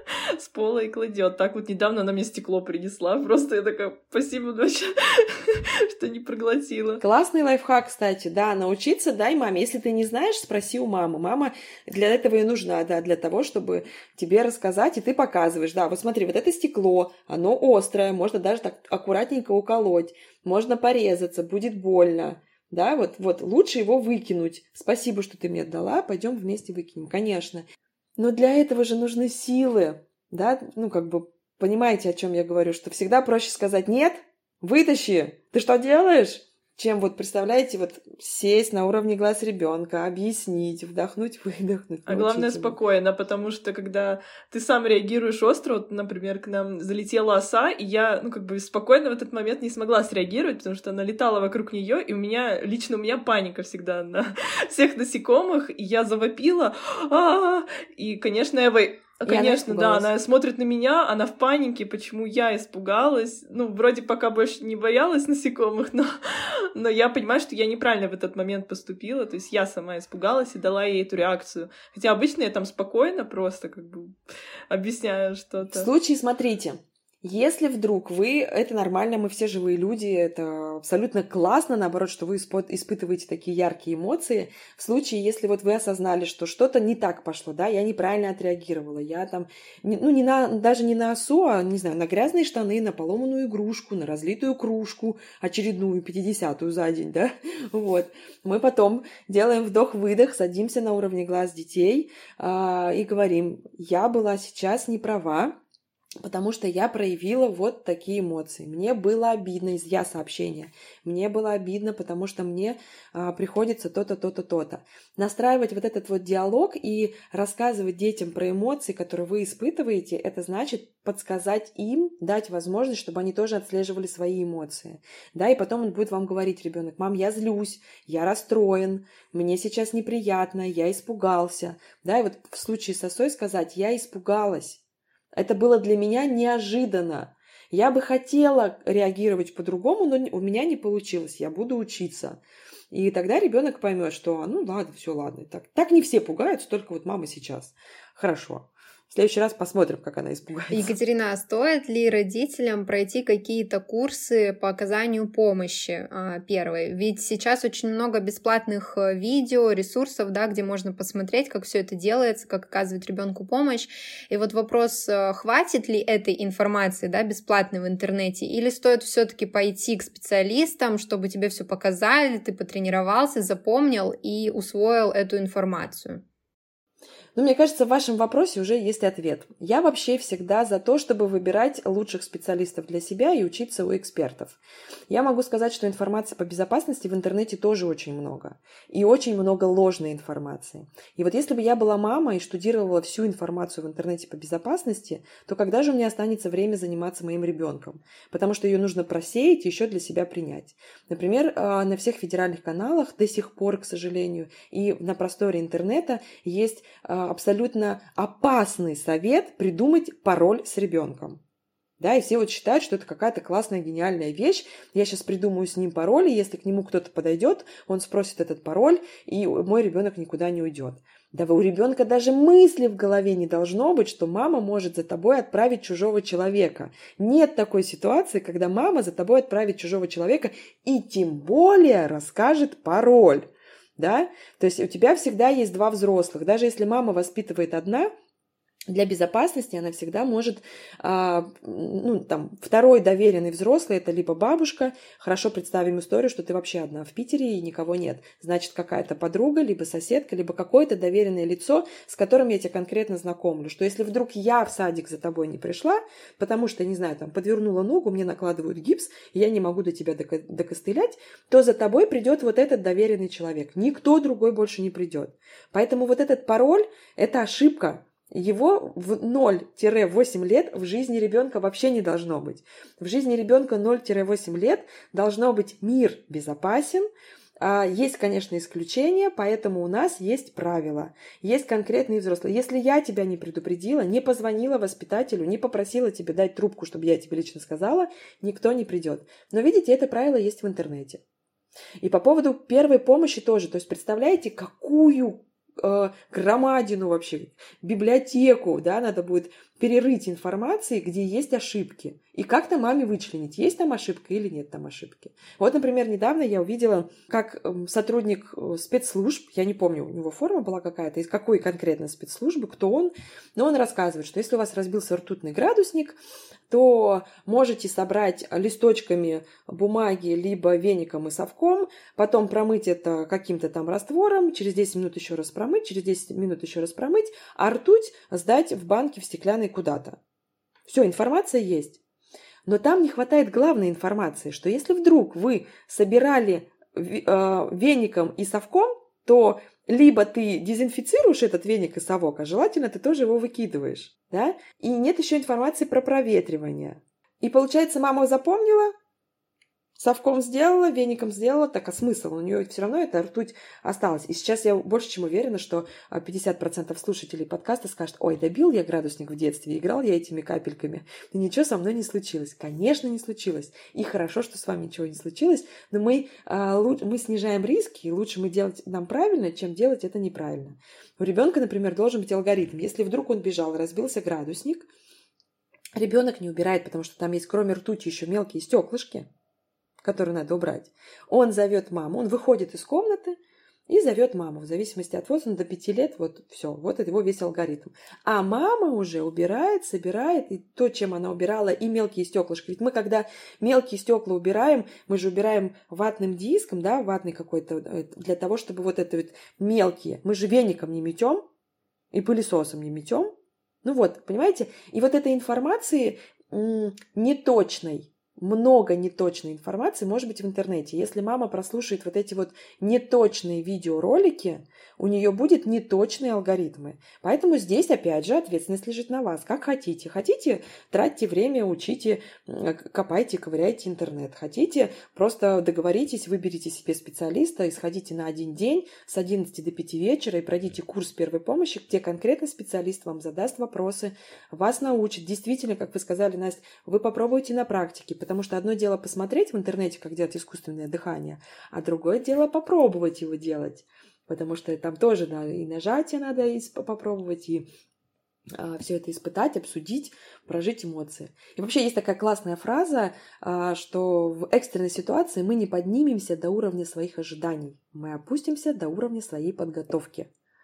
[SPEAKER 3] с пола и кладет. Так вот недавно она мне стекло принесла, просто я такая: спасибо, дочь, что не проглотила.
[SPEAKER 1] Классный лайфхак, кстати, да, научиться дай маме. Если ты не знаешь, спроси у мамы. Мама для этого и нужна, да, для того, чтобы тебе рассказать, и ты показываешь, да, вот смотри, вот это стекло, оно острое, можно даже так аккуратненько уколоть, можно порезаться, будет больно, да, вот, вот лучше его выкинуть. Спасибо, что ты мне дала, пойдем вместе выкинем, конечно. Но для этого же нужны силы, да, ну, как бы, понимаете, о чем я говорю, что всегда проще сказать: нет, вытащи, ты что делаешь? Чем вот, представляете, вот сесть на уровне глаз ребенка, объяснить, вдохнуть, выдохнуть.
[SPEAKER 3] А главное спокойно, потому что когда ты сам реагируешь остро, вот, например, к нам залетела оса, и я, ну, как бы спокойно в этот момент не смогла среагировать, потому что она летала вокруг нее, и у меня, лично у меня паника всегда на всех насекомых, и я завопила, а-а-а! И, конечно, Эва... Конечно, да, она смотрит на меня, она в панике, почему я испугалась. Ну, вроде пока больше не боялась насекомых, но, но я понимаю, что я неправильно в этот момент поступила, то есть я сама испугалась и дала ей эту реакцию. Хотя обычно я там спокойно просто как бы объясняю что-то.
[SPEAKER 1] В случае, смотрите, Если вдруг вы, это нормально, мы все живые люди, это абсолютно классно, наоборот, что вы испытываете такие яркие эмоции. В случае, если вот вы осознали, что что-то не так пошло, да, я неправильно отреагировала, я там, ну, не на, даже не на осу, а, не знаю, на грязные штаны, на поломанную игрушку, на разлитую кружку, очередную, пятидесятую за день, да, вот. Мы потом делаем вдох-выдох, садимся на уровне глаз детей э, и говорим, я была сейчас не права, потому что я проявила вот такие эмоции. Мне было обидно из я сообщения. Мне было обидно, потому что мне а, приходится то-то, то-то, то-то. Настраивать вот этот вот диалог и рассказывать детям про эмоции, которые вы испытываете, это значит подсказать им, дать возможность, чтобы они тоже отслеживали свои эмоции. Да, и потом он будет вам говорить, ребенок, мам, я злюсь, я расстроен, мне сейчас неприятно, я испугался. Да, и вот в случае с осой сказать, я испугалась. Это было для меня неожиданно. Я бы хотела реагировать по-другому, но у меня не получилось. Я буду учиться. И тогда ребенок поймет, что ну ладно, все, ладно. Так, так не все пугаются, только вот мама сейчас. Хорошо. В следующий раз посмотрим, как она испугается.
[SPEAKER 4] Екатерина, а стоит ли родителям пройти какие-то курсы по оказанию помощи первой? Ведь сейчас очень много бесплатных видео, ресурсов, да, где можно посмотреть, как все это делается, как оказывать ребенку помощь. И вот вопрос, хватит ли этой информации, да, бесплатной в интернете, или стоит все-таки пойти к специалистам, чтобы тебе все показали, ты потренировался, запомнил и усвоил эту информацию?
[SPEAKER 1] Ну, мне кажется, в вашем вопросе уже есть ответ. Я вообще всегда за то, чтобы выбирать лучших специалистов для себя и учиться у экспертов. Я могу сказать, что информации по безопасности в интернете тоже очень много. И очень много ложной информации. И вот если бы я была мама и штудировала всю информацию в интернете по безопасности, то когда же у меня останется время заниматься моим ребенком? Потому что ее нужно просеять и еще для себя принять. Например, на всех федеральных каналах до сих пор, к сожалению, и на просторе интернета есть абсолютно опасный совет придумать пароль с ребенком. Да, и все вот считают, что это какая-то классная, гениальная вещь. Я сейчас придумаю с ним пароль, и если к нему кто-то подойдет, он спросит этот пароль, и мой ребенок никуда не уйдет. Да у ребенка даже мысли в голове не должно быть, что мама может за тобой отправить чужого человека. Нет такой ситуации, когда мама за тобой отправит чужого человека и тем более расскажет пароль. Да? То есть у тебя всегда есть два взрослых. Даже если мама воспитывает одна, для безопасности она всегда может, а, ну, там, второй доверенный взрослый, это либо бабушка, хорошо представим историю, что ты вообще одна в Питере и никого нет. Значит, какая-то подруга, либо соседка, либо какое-то доверенное лицо, с которым я тебя конкретно знакомлю. Что если вдруг я в садик за тобой не пришла, потому что, не знаю, там, подвернула ногу, мне накладывают гипс, и я не могу до тебя докостылять, то за тобой придет вот этот доверенный человек. Никто другой больше не придет. Поэтому вот этот пароль – это ошибка. Его в ноль-восемь лет в жизни ребенка вообще не должно быть. В жизни ребенка ноль-восемь лет должно быть мир безопасен. Есть, конечно, исключения, поэтому у нас есть правила. Есть конкретные взрослые. Если я тебя не предупредила, не позвонила воспитателю, не попросила тебе дать трубку, чтобы я тебе лично сказала, никто не придет. Но видите, это правило есть в интернете. И по поводу первой помощи тоже. То есть представляете, какую громадину вообще, библиотеку, да, надо будет перерыть информации, где есть ошибки. И как-то маме вычленить, есть там ошибка или нет там ошибки. Вот, например, недавно я увидела, как сотрудник спецслужб, я не помню, у него форма была какая-то, из какой конкретно спецслужбы, кто он, но он рассказывает, что если у вас разбился ртутный градусник, то можете собрать листочками бумаги либо веником и совком, потом промыть это каким-то там раствором, через десять минут еще раз промыть, через десять минут еще раз промыть, а ртуть сдать в банке в стеклянной куда-то. Все, информация есть. Но там не хватает главной информации, что если вдруг вы собирали э, веником и совком, то либо ты дезинфицируешь этот веник и совок, а желательно ты тоже его выкидываешь. Да? И нет еще информации про проветривание. И получается, мама запомнила, совком сделала, веником сделала, так а смысл? У нее все равно эта ртуть осталась. И сейчас я больше чем уверена, что пятьдесят процентов слушателей подкаста скажут: ой, добил я градусник в детстве, играл я этими капельками, и ничего со мной не случилось. Конечно, не случилось. И хорошо, что с вами ничего не случилось, но мы, мы снижаем риски, и лучше мы делать нам правильно, чем делать это неправильно. У ребенка, например, должен быть алгоритм. Если вдруг он бежал, разбился градусник, ребенок не убирает, потому что там есть кроме ртути еще мелкие стеклышки, которые надо убрать. Он зовет маму, он выходит из комнаты и зовет маму. В зависимости от возраста, до пяти лет, вот все, вот это его весь алгоритм. А мама уже убирает, собирает, и то, чем она убирала, и мелкие стеклышки. Ведь мы, когда мелкие стекла убираем, мы же убираем ватным диском, да, ватный какой-то, для того, чтобы вот это вот мелкие, мы же веником не метем и пылесосом не метем. Ну вот, понимаете? И вот этой информации м- неточной, много неточной информации может быть в интернете. Если мама прослушает вот эти вот неточные видеоролики, у нее будут неточные алгоритмы. Поэтому здесь, опять же, ответственность лежит на вас. Как хотите. Хотите, тратьте время, учите, копайте, ковыряйте интернет. Хотите, просто договоритесь, выберите себе специалиста и сходите на один день с одиннадцати до пяти вечера и пройдите курс первой помощи, где конкретно специалист вам задаст вопросы, вас научит. Действительно, как вы сказали, Настя, вы попробуйте на практике, потому что одно дело посмотреть в интернете, как делать искусственное дыхание, а другое дело попробовать его делать, потому что там тоже да, и нажатие надо попробовать, и а, все это испытать, обсудить, прожить эмоции. И вообще есть такая классная фраза, а, что в экстренной ситуации мы не поднимемся до уровня своих ожиданий, мы опустимся до уровня своей подготовки.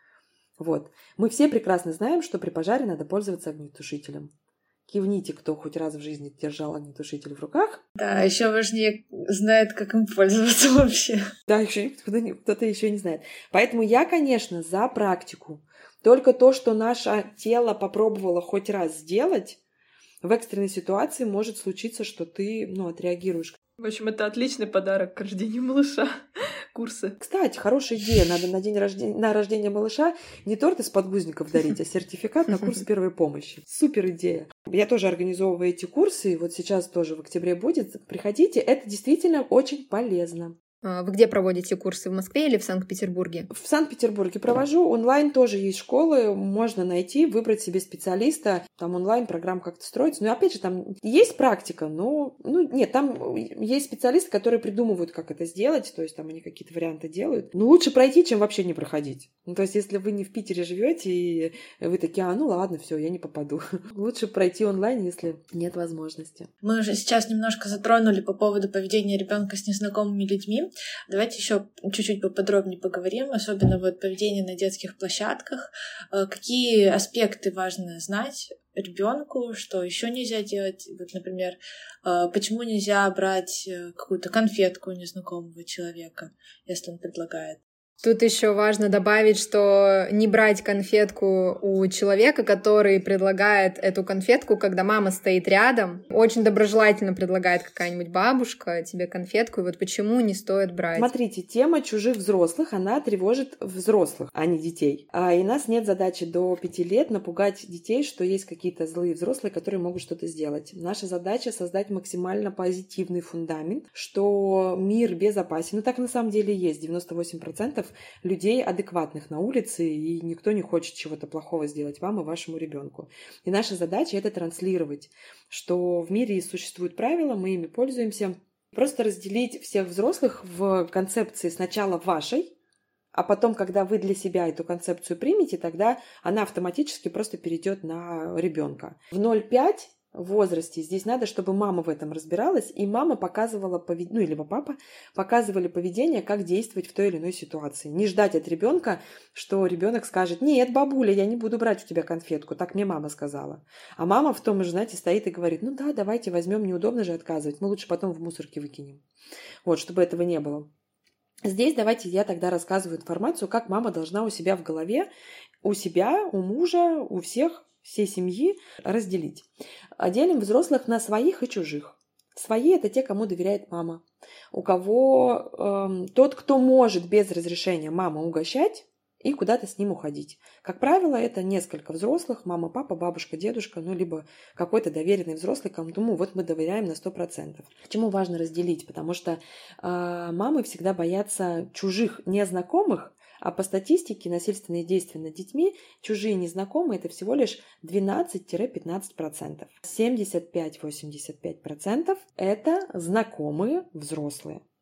[SPEAKER 1] Вот. Мы все прекрасно знаем, что при пожаре надо пользоваться огнетушителем. Кивните, кто хоть раз в жизни держал огнетушитель в руках.
[SPEAKER 2] Да, еще важнее знает, как им пользоваться вообще.
[SPEAKER 1] Да, еще кто-то, кто-то еще не знает. Поэтому я, конечно, за практику. Только то, что наше тело попробовало хоть раз сделать, в экстренной ситуации может случиться, что ты, ну, отреагируешь.
[SPEAKER 3] В общем, это отличный подарок к рождению малыша. Курсы.
[SPEAKER 1] Кстати, хорошая идея. Надо на день рождения, на рождение малыша не торт из подгузников дарить, а сертификат на курс первой помощи. Супер идея. Я тоже организовываю эти курсы, и вот сейчас тоже в октябре будет. Приходите, это действительно очень полезно.
[SPEAKER 4] Вы где проводите курсы? В Москве или в Санкт-Петербурге?
[SPEAKER 1] В Санкт-Петербурге провожу. Онлайн тоже есть школы. Можно найти, выбрать себе специалиста. Там онлайн программа как-то строится. Но опять же, там есть практика, но... Ну, нет, там есть специалисты, которые придумывают, как это сделать. То есть там они какие-то варианты делают. Но лучше пройти, чем вообще не проходить. Ну, то есть если вы не в Питере живете, и вы такие, а, ну ладно, все, я не попаду. Лучше пройти онлайн, если нет возможности.
[SPEAKER 2] Мы уже сейчас немножко затронули по поводу поведения ребенка с незнакомыми людьми. Давайте еще чуть-чуть поподробнее поговорим, особенно вот поведение на детских площадках. Какие аспекты важно знать ребенку, что еще нельзя делать? Вот, например, почему нельзя брать какую-то конфетку у незнакомого человека, если он предлагает?
[SPEAKER 4] Тут еще важно добавить, что не брать конфетку у человека, который предлагает эту конфетку, когда мама стоит рядом. Очень доброжелательно предлагает какая-нибудь бабушка тебе конфетку, и вот почему не стоит брать.
[SPEAKER 1] Смотрите, тема чужих взрослых, она тревожит взрослых, а не детей. А и у нас нет задачи до пяти лет напугать детей, что есть какие-то злые взрослые, которые могут что-то сделать. Наша задача создать максимально позитивный фундамент, что мир безопасен. Ну так на самом деле есть. девяносто восемь процентов людей адекватных на улице, и никто не хочет чего-то плохого сделать вам и вашему ребенку. И наша задача — это транслировать, что в мире существуют правила, мы ими пользуемся. Просто разделить всех взрослых в концепции сначала вашей, а потом, когда вы для себя эту концепцию примете, тогда она автоматически просто перейдет на ребенка. В ноль пять в возрасте здесь надо, чтобы мама в этом разбиралась, и мама показывала поведение, ну, или папа показывали поведение, как действовать в той или иной ситуации. Не ждать от ребенка, что ребенок скажет: нет, бабуля, я не буду брать у тебя конфетку, так мне мама сказала. А мама в том же, знаете, стоит и говорит: ну да, давайте возьмем, неудобно же отказывать, мы лучше потом в мусорке выкинем. Вот, чтобы этого не было. Здесь давайте я тогда рассказываю информацию, как мама должна у себя в голове, у себя, у мужа, у всех, всей семьи разделить. Делим взрослых на своих и чужих. Свои — это те, кому доверяет мама. У кого э, тот, кто может без разрешения мамы угощать и куда-то с ним уходить. Как правило, это несколько взрослых: мама, папа, бабушка, дедушка, ну, либо какой-то доверенный взрослый, кому вот мы доверяем на сто процентов. Почему важно разделить? Потому что э, мамы всегда боятся чужих незнакомых, а по статистике насильственные действия над детьми, чужие незнакомые, это всего лишь двенадцать-пятнадцать процентов. семьдесят пять-восемьдесят пять процентов это знакомые взрослые.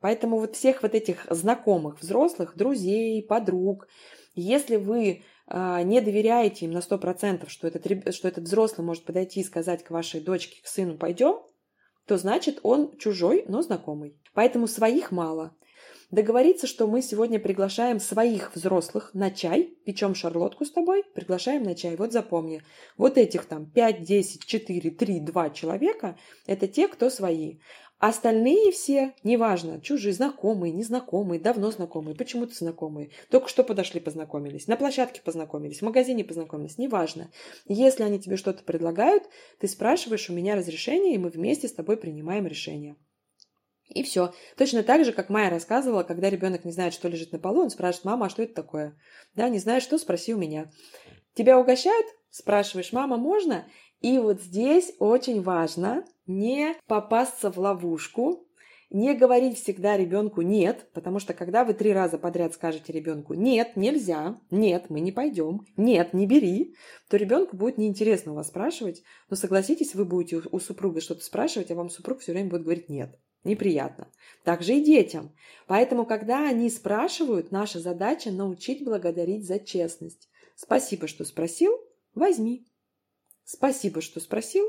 [SPEAKER 1] Поэтому вот всех вот этих знакомых, взрослых, друзей, подруг, если вы э, не доверяете им на сто процентов, что этот, что этот взрослый может подойти и сказать к вашей дочке, к сыну «пойдем», то значит он чужой, но знакомый. Поэтому своих мало. Договориться, что мы сегодня приглашаем своих взрослых на чай, печем шарлотку с тобой, приглашаем на чай. Вот запомни, вот этих там пять, десять, четыре, три, два человека – это те, кто свои. Остальные все, неважно, чужие, знакомые, незнакомые, давно знакомые, почему-то знакомые, только что подошли, познакомились, на площадке познакомились, в магазине познакомились, неважно. Если они тебе что-то предлагают, ты спрашиваешь у меня разрешение, и мы вместе с тобой принимаем решение. И все. Точно так же, как Майя рассказывала, когда ребенок не знает, что лежит на полу, он спрашивает: мама, а что это такое? Да, не знаешь, что? Спроси у меня. Тебя угощают? Спрашиваешь: мама, можно? И вот здесь очень важно не попасться в ловушку, не говорить всегда ребенку «нет», потому что когда вы три раза подряд скажете ребенку «нет, нельзя», «нет, мы не пойдем», «нет, не бери», то ребенку будет неинтересно у вас спрашивать. Но согласитесь, вы будете у супруга что-то спрашивать, а вам супруг все время будет говорить «нет». Неприятно. Так же и детям. Поэтому, когда они спрашивают, наша задача научить благодарить за честность. Спасибо, что спросил, возьми. Спасибо, что спросил.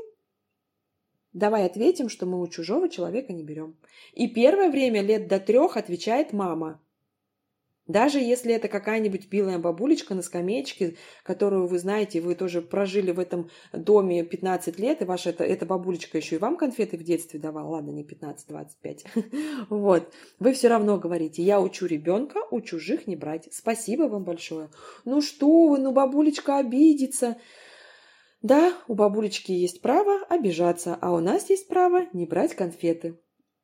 [SPEAKER 1] Давай ответим, что мы у чужого человека не берем. И первое время лет до трех отвечает мама. Даже если это какая-нибудь милая бабулечка на скамеечке, которую вы знаете, вы тоже прожили в этом доме пятнадцать лет, и ваша эта, эта бабулечка еще и вам конфеты в детстве давала, ладно, не пятнадцать, двадцать пять. Вот. Вы все равно говорите: я учу ребенка у чужих не брать. Спасибо вам большое. Ну что вы, ну бабулечка обидится. Да, у бабулечки есть право обижаться, а у нас есть право не брать конфеты.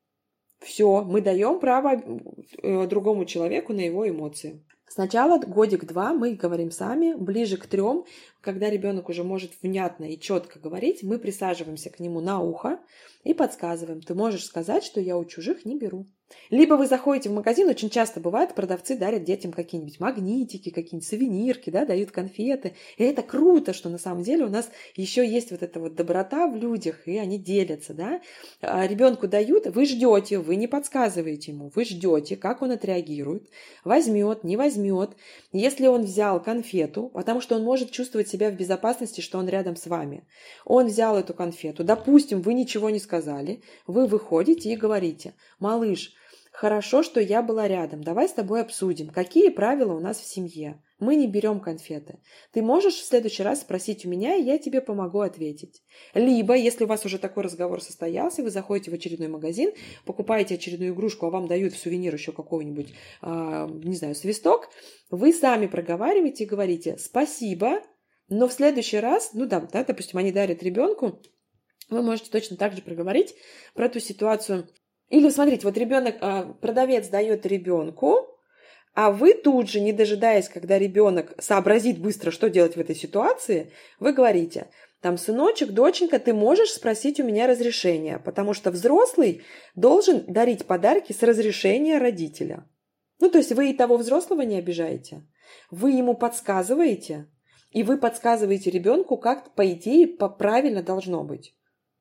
[SPEAKER 1] Все, мы даем право другому человеку на его эмоции. Сначала годик-два мы говорим сами, ближе к трем, когда ребенок уже может внятно и четко говорить, мы присаживаемся к нему на ухо и подсказываем: ты можешь сказать, что я у чужих не беру. Либо вы заходите в магазин, очень часто бывает, продавцы дарят детям какие-нибудь магнитики, какие-нибудь сувенирки, да, дают конфеты. И это круто, что на самом деле у нас еще есть вот эта вот доброта в людях, и они делятся, да. А ребенку дают, вы ждете, вы не подсказываете ему, вы ждете, как он отреагирует, возьмет, не возьмет. Если он взял конфету, потому что он может чувствовать себя в безопасности, что он рядом с вами. Он взял эту конфету, допустим, вы ничего не сказали, вы выходите и говорите: малыш, хорошо, что я была рядом. Давай с тобой обсудим, какие правила у нас в семье. Мы не берем конфеты. Ты можешь в следующий раз спросить у меня, и я тебе помогу ответить. Либо, если у вас уже такой разговор состоялся, вы заходите в очередной магазин, покупаете очередную игрушку, а вам дают в сувенир еще какой-нибудь, э, не знаю, свисток, вы сами проговариваете и говорите: спасибо, но в следующий раз, ну да, да, допустим, они дарят ребенку, вы можете точно так же проговорить про ту ситуацию. Или смотрите, вот ребенок, продавец дает ребенку, а вы тут же, не дожидаясь, когда ребенок сообразит быстро, что делать в этой ситуации, вы говорите: там, сыночек, доченька, ты можешь спросить у меня разрешения, потому что взрослый должен дарить подарки с разрешения родителя. Ну, то есть вы и того взрослого не обижаете, вы ему подсказываете, и вы подсказываете ребенку, как, по идее, правильно должно быть.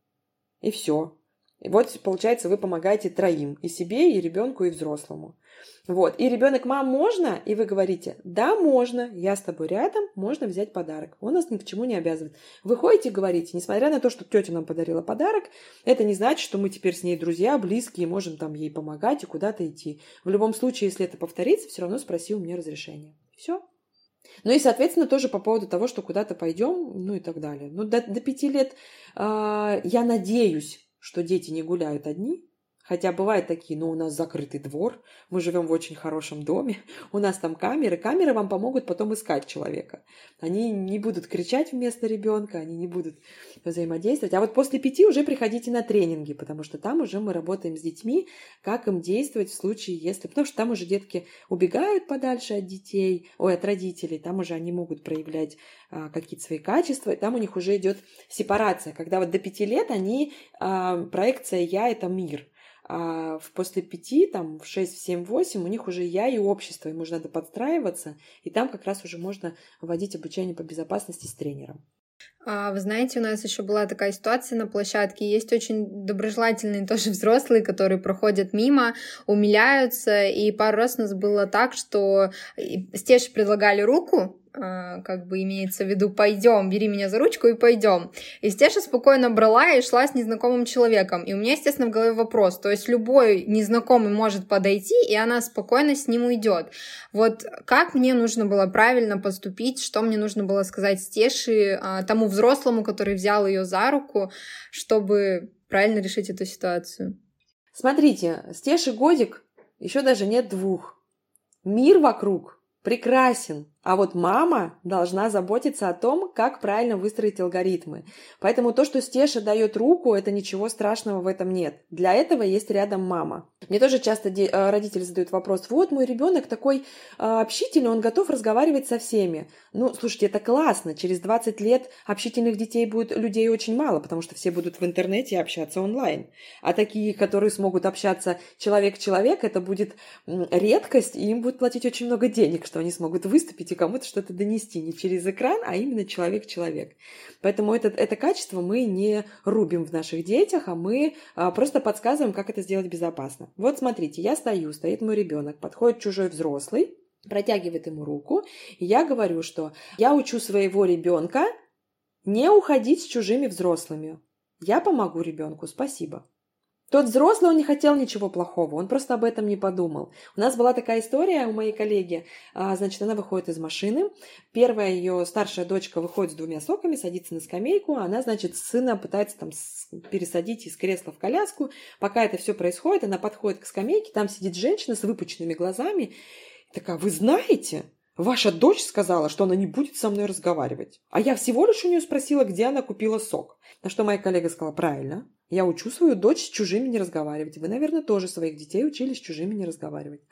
[SPEAKER 1] И все. И вот, получается, вы помогаете троим: и себе, и ребенку, и взрослому. Вот. И ребенок: мам, можно? И вы говорите: да, можно, я с тобой рядом, можно взять подарок. Он нас ни к чему не обязывает. Вы ходите и говорите: несмотря на то, что тетя нам подарила подарок, это не значит, что мы теперь с ней друзья, близкие, можем там ей помогать и куда-то идти. В любом случае, если это повторится, все равно спроси у меня разрешение. Все. Ну и, соответственно, тоже по поводу того, что куда-то пойдем, ну и так далее. Ну, до, до пяти лет э, я надеюсь, что дети не гуляют одни. Хотя бывают такие: ну, у нас закрытый двор, мы живем в очень хорошем доме, у нас там камеры. Камеры вам помогут потом искать человека. Они не будут кричать вместо ребенка, они не будут взаимодействовать. А вот после пяти уже приходите на тренинги, потому что там уже мы работаем с детьми, как им действовать в случае, если... Потому что там уже детки убегают подальше от детей, ой, от родителей, там уже они могут проявлять а, какие-то свои качества, и там у них уже идет сепарация, когда вот до пяти лет они, а, проекция «я» — это мир. А после пяти, там, в шесть, в семь, в восемь у них уже я и общество, им уже надо подстраиваться, и там как раз уже можно вводить обучение по безопасности с тренером.
[SPEAKER 4] А, вы знаете, у нас еще была такая ситуация на площадке. Есть очень доброжелательные тоже взрослые, которые проходят мимо, умиляются. И пару раз у нас было так, что Стеше предлагали руку, как бы имеется в виду, пойдем, бери меня за ручку и пойдем. И Стеша спокойно брала и шла с незнакомым человеком. И у меня, естественно, в голове вопрос. То есть любой незнакомый может подойти, и она спокойно с ним уйдет. Вот как мне нужно было правильно поступить, что мне нужно было сказать Стеше, тому взрослому, который взял ее за руку, чтобы правильно решить эту ситуацию?
[SPEAKER 1] Смотрите, Стеше годик, еще даже нет двух. Мир вокруг прекрасен. А вот мама должна заботиться о том, как правильно выстроить алгоритмы. Поэтому то, что Стеша дает руку, это ничего страшного в этом нет. Для этого есть рядом мама. Мне тоже часто де- родители задают вопрос: вот мой ребенок такой а, общительный, он готов разговаривать со всеми. Ну, слушайте, это классно. Через двадцать лет общительных детей будет людей очень мало, потому что все будут в интернете общаться онлайн. А такие, которые смогут общаться человек-человек, это будет редкость, и им будет платить очень много денег, что они смогут выступить и кому-то что-то донести не через экран, а именно человек-человек. Поэтому это, это качество мы не рубим в наших детях, а мы а, просто подсказываем, как это сделать безопасно. Вот смотрите, я стою, стоит мой ребенок, подходит чужой взрослый, протягивает ему руку, и я говорю, что я учу своего ребенка не уходить с чужими взрослыми. Я помогу ребенку, спасибо. Тот взрослый, он не хотел ничего плохого, он просто об этом не подумал. У нас была такая история у моей коллеги, значит, она выходит из машины, первая ее старшая дочка выходит с двумя соками, садится на скамейку, она, значит, сына пытается там пересадить из кресла в коляску. Пока это все происходит, она подходит к скамейке, там сидит женщина с выпученными глазами, такая: вы знаете, ваша дочь сказала, что она не будет со мной разговаривать. А я всего лишь у нее спросила, где она купила сок. На что моя коллега сказала: правильно, я учу свою дочь с чужими не разговаривать. Вы, наверное, тоже своих детей учили с чужими не разговаривать.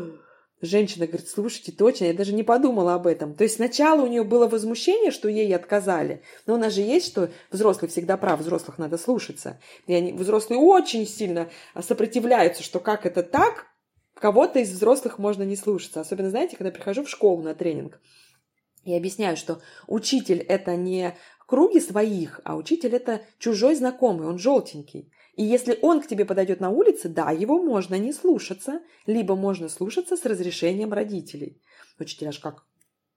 [SPEAKER 1] Женщина говорит: слушайте, точно, я даже не подумала об этом. То есть сначала у нее было возмущение, что ей отказали. Но у нас же есть, что взрослый всегда прав, взрослых надо слушаться. И они, взрослые очень сильно сопротивляются, что как это так, кого-то из взрослых можно не слушаться. Особенно, знаете, когда прихожу в школу на тренинг и объясняю, что учитель – это не круги своих, а учитель – это чужой знакомый, он желтенький. И если он к тебе подойдет на улице, да, его можно не слушаться, либо можно слушаться с разрешением родителей. Учитель аж как,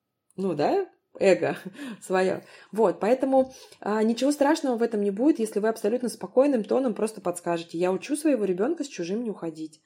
[SPEAKER 1] ну да, эго свое. Вот, поэтому а, ничего страшного в этом не будет, если вы абсолютно спокойным тоном просто подскажете: я учу своего ребенка с чужим не уходить.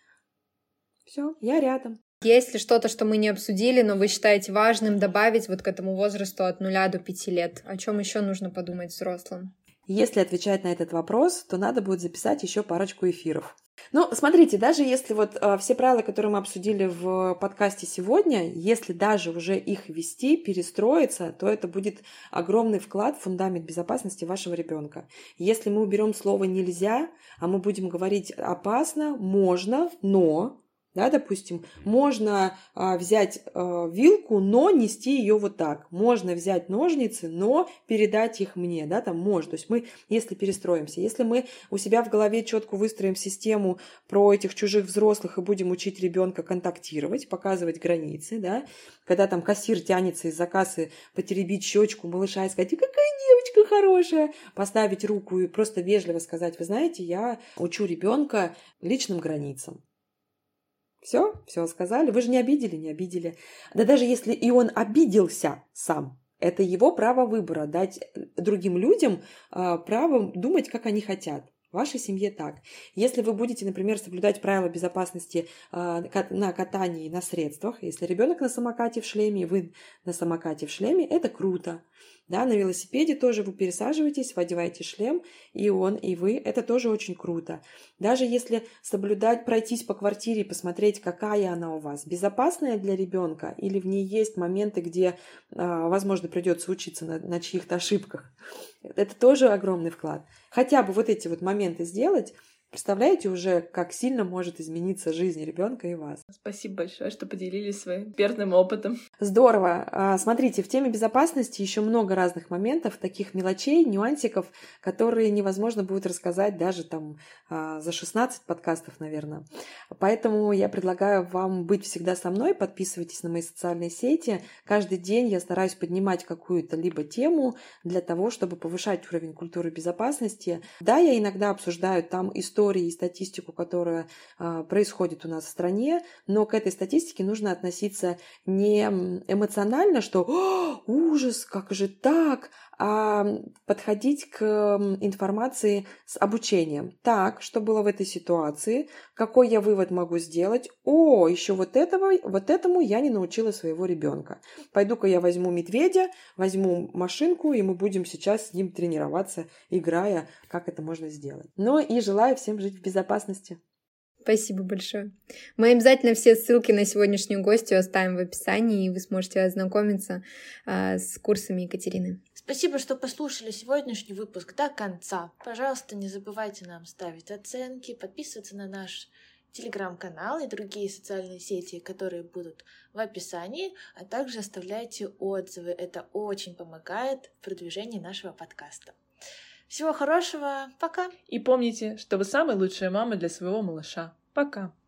[SPEAKER 1] Все, я рядом.
[SPEAKER 4] Есть ли что-то, что мы не обсудили, но вы считаете важным добавить вот к этому возрасту от нуля до пяти лет? О чем еще нужно подумать взрослым?
[SPEAKER 1] Если отвечать на этот вопрос, то надо будет записать еще парочку эфиров. Ну, смотрите, даже если вот э, все правила, которые мы обсудили в подкасте сегодня, если даже уже их ввести, перестроиться, то это будет огромный вклад в фундамент безопасности вашего ребенка. Если мы уберем слово «нельзя», а мы будем говорить «опасно», «можно», «но», да, допустим, можно а, взять а, вилку, но нести ее вот так. Можно взять ножницы, но передать их мне, да, там можно. То есть мы, если перестроимся, если мы у себя в голове четко выстроим систему про этих чужих взрослых и будем учить ребенка контактировать, показывать границы, да, когда там кассир тянется из-за кассы, потеребить щечку малыша и сказать: какая девочка хорошая, поставить руку и просто вежливо сказать: вы знаете, я учу ребенка личным границам. Все, все сказали. Вы же не обидели, не обидели. Да даже если и он обиделся сам, это его право выбора, дать другим людям э, право думать, как они хотят. В вашей семье так. Если вы будете, например, соблюдать правила безопасности э, на катании на средствах, если ребенок на самокате в шлеме, и вы на самокате в шлеме, это круто. Да, на велосипеде тоже вы пересаживаетесь, вы одеваете шлем, и он, и вы. Это тоже очень круто. Даже если соблюдать, пройтись по квартире, посмотреть, какая она у вас, безопасная для ребенка, или в ней есть моменты, где, возможно, придется учиться на, на чьих-то ошибках, это тоже огромный вклад. Хотя бы вот эти вот моменты сделать, Представляете уже, как сильно может измениться жизнь ребенка и вас.
[SPEAKER 3] Спасибо большое, что поделились своим экспертным опытом.
[SPEAKER 1] Здорово. Смотрите, в теме безопасности еще много разных моментов, таких мелочей, нюансиков, которые невозможно будет рассказать даже там за шестнадцать подкастов, наверное. Поэтому я предлагаю вам быть всегда со мной, подписывайтесь на мои социальные сети. Каждый день я стараюсь поднимать какую-то либо тему для того, чтобы повышать уровень культуры безопасности. Да, я иногда обсуждаю там истории и статистику, которая а, происходит у нас в стране, но к этой статистике нужно относиться не эмоционально, что «О, ужас, как же так?», а подходить к информации с обучением. Так, что было в этой ситуации? Какой я вывод могу сделать? О, еще вот этого, вот этому я не научила своего ребенка. Пойду-ка я возьму медведя, возьму машинку, и мы будем сейчас с ним тренироваться, играя, как это можно сделать. Ну и желаю всем жить в безопасности.
[SPEAKER 4] Спасибо большое. Мы обязательно все ссылки на сегодняшнюю гостью оставим в описании, и вы сможете ознакомиться а, с курсами Екатерины.
[SPEAKER 2] Спасибо, что послушали сегодняшний выпуск до конца. Пожалуйста, не забывайте нам ставить оценки, подписываться на наш телеграм-канал и другие социальные сети, которые будут в описании, а также оставляйте отзывы. Это очень помогает в продвижении нашего подкаста. Всего хорошего, пока!
[SPEAKER 3] И помните, что вы самая лучшая мама для своего малыша. Пока!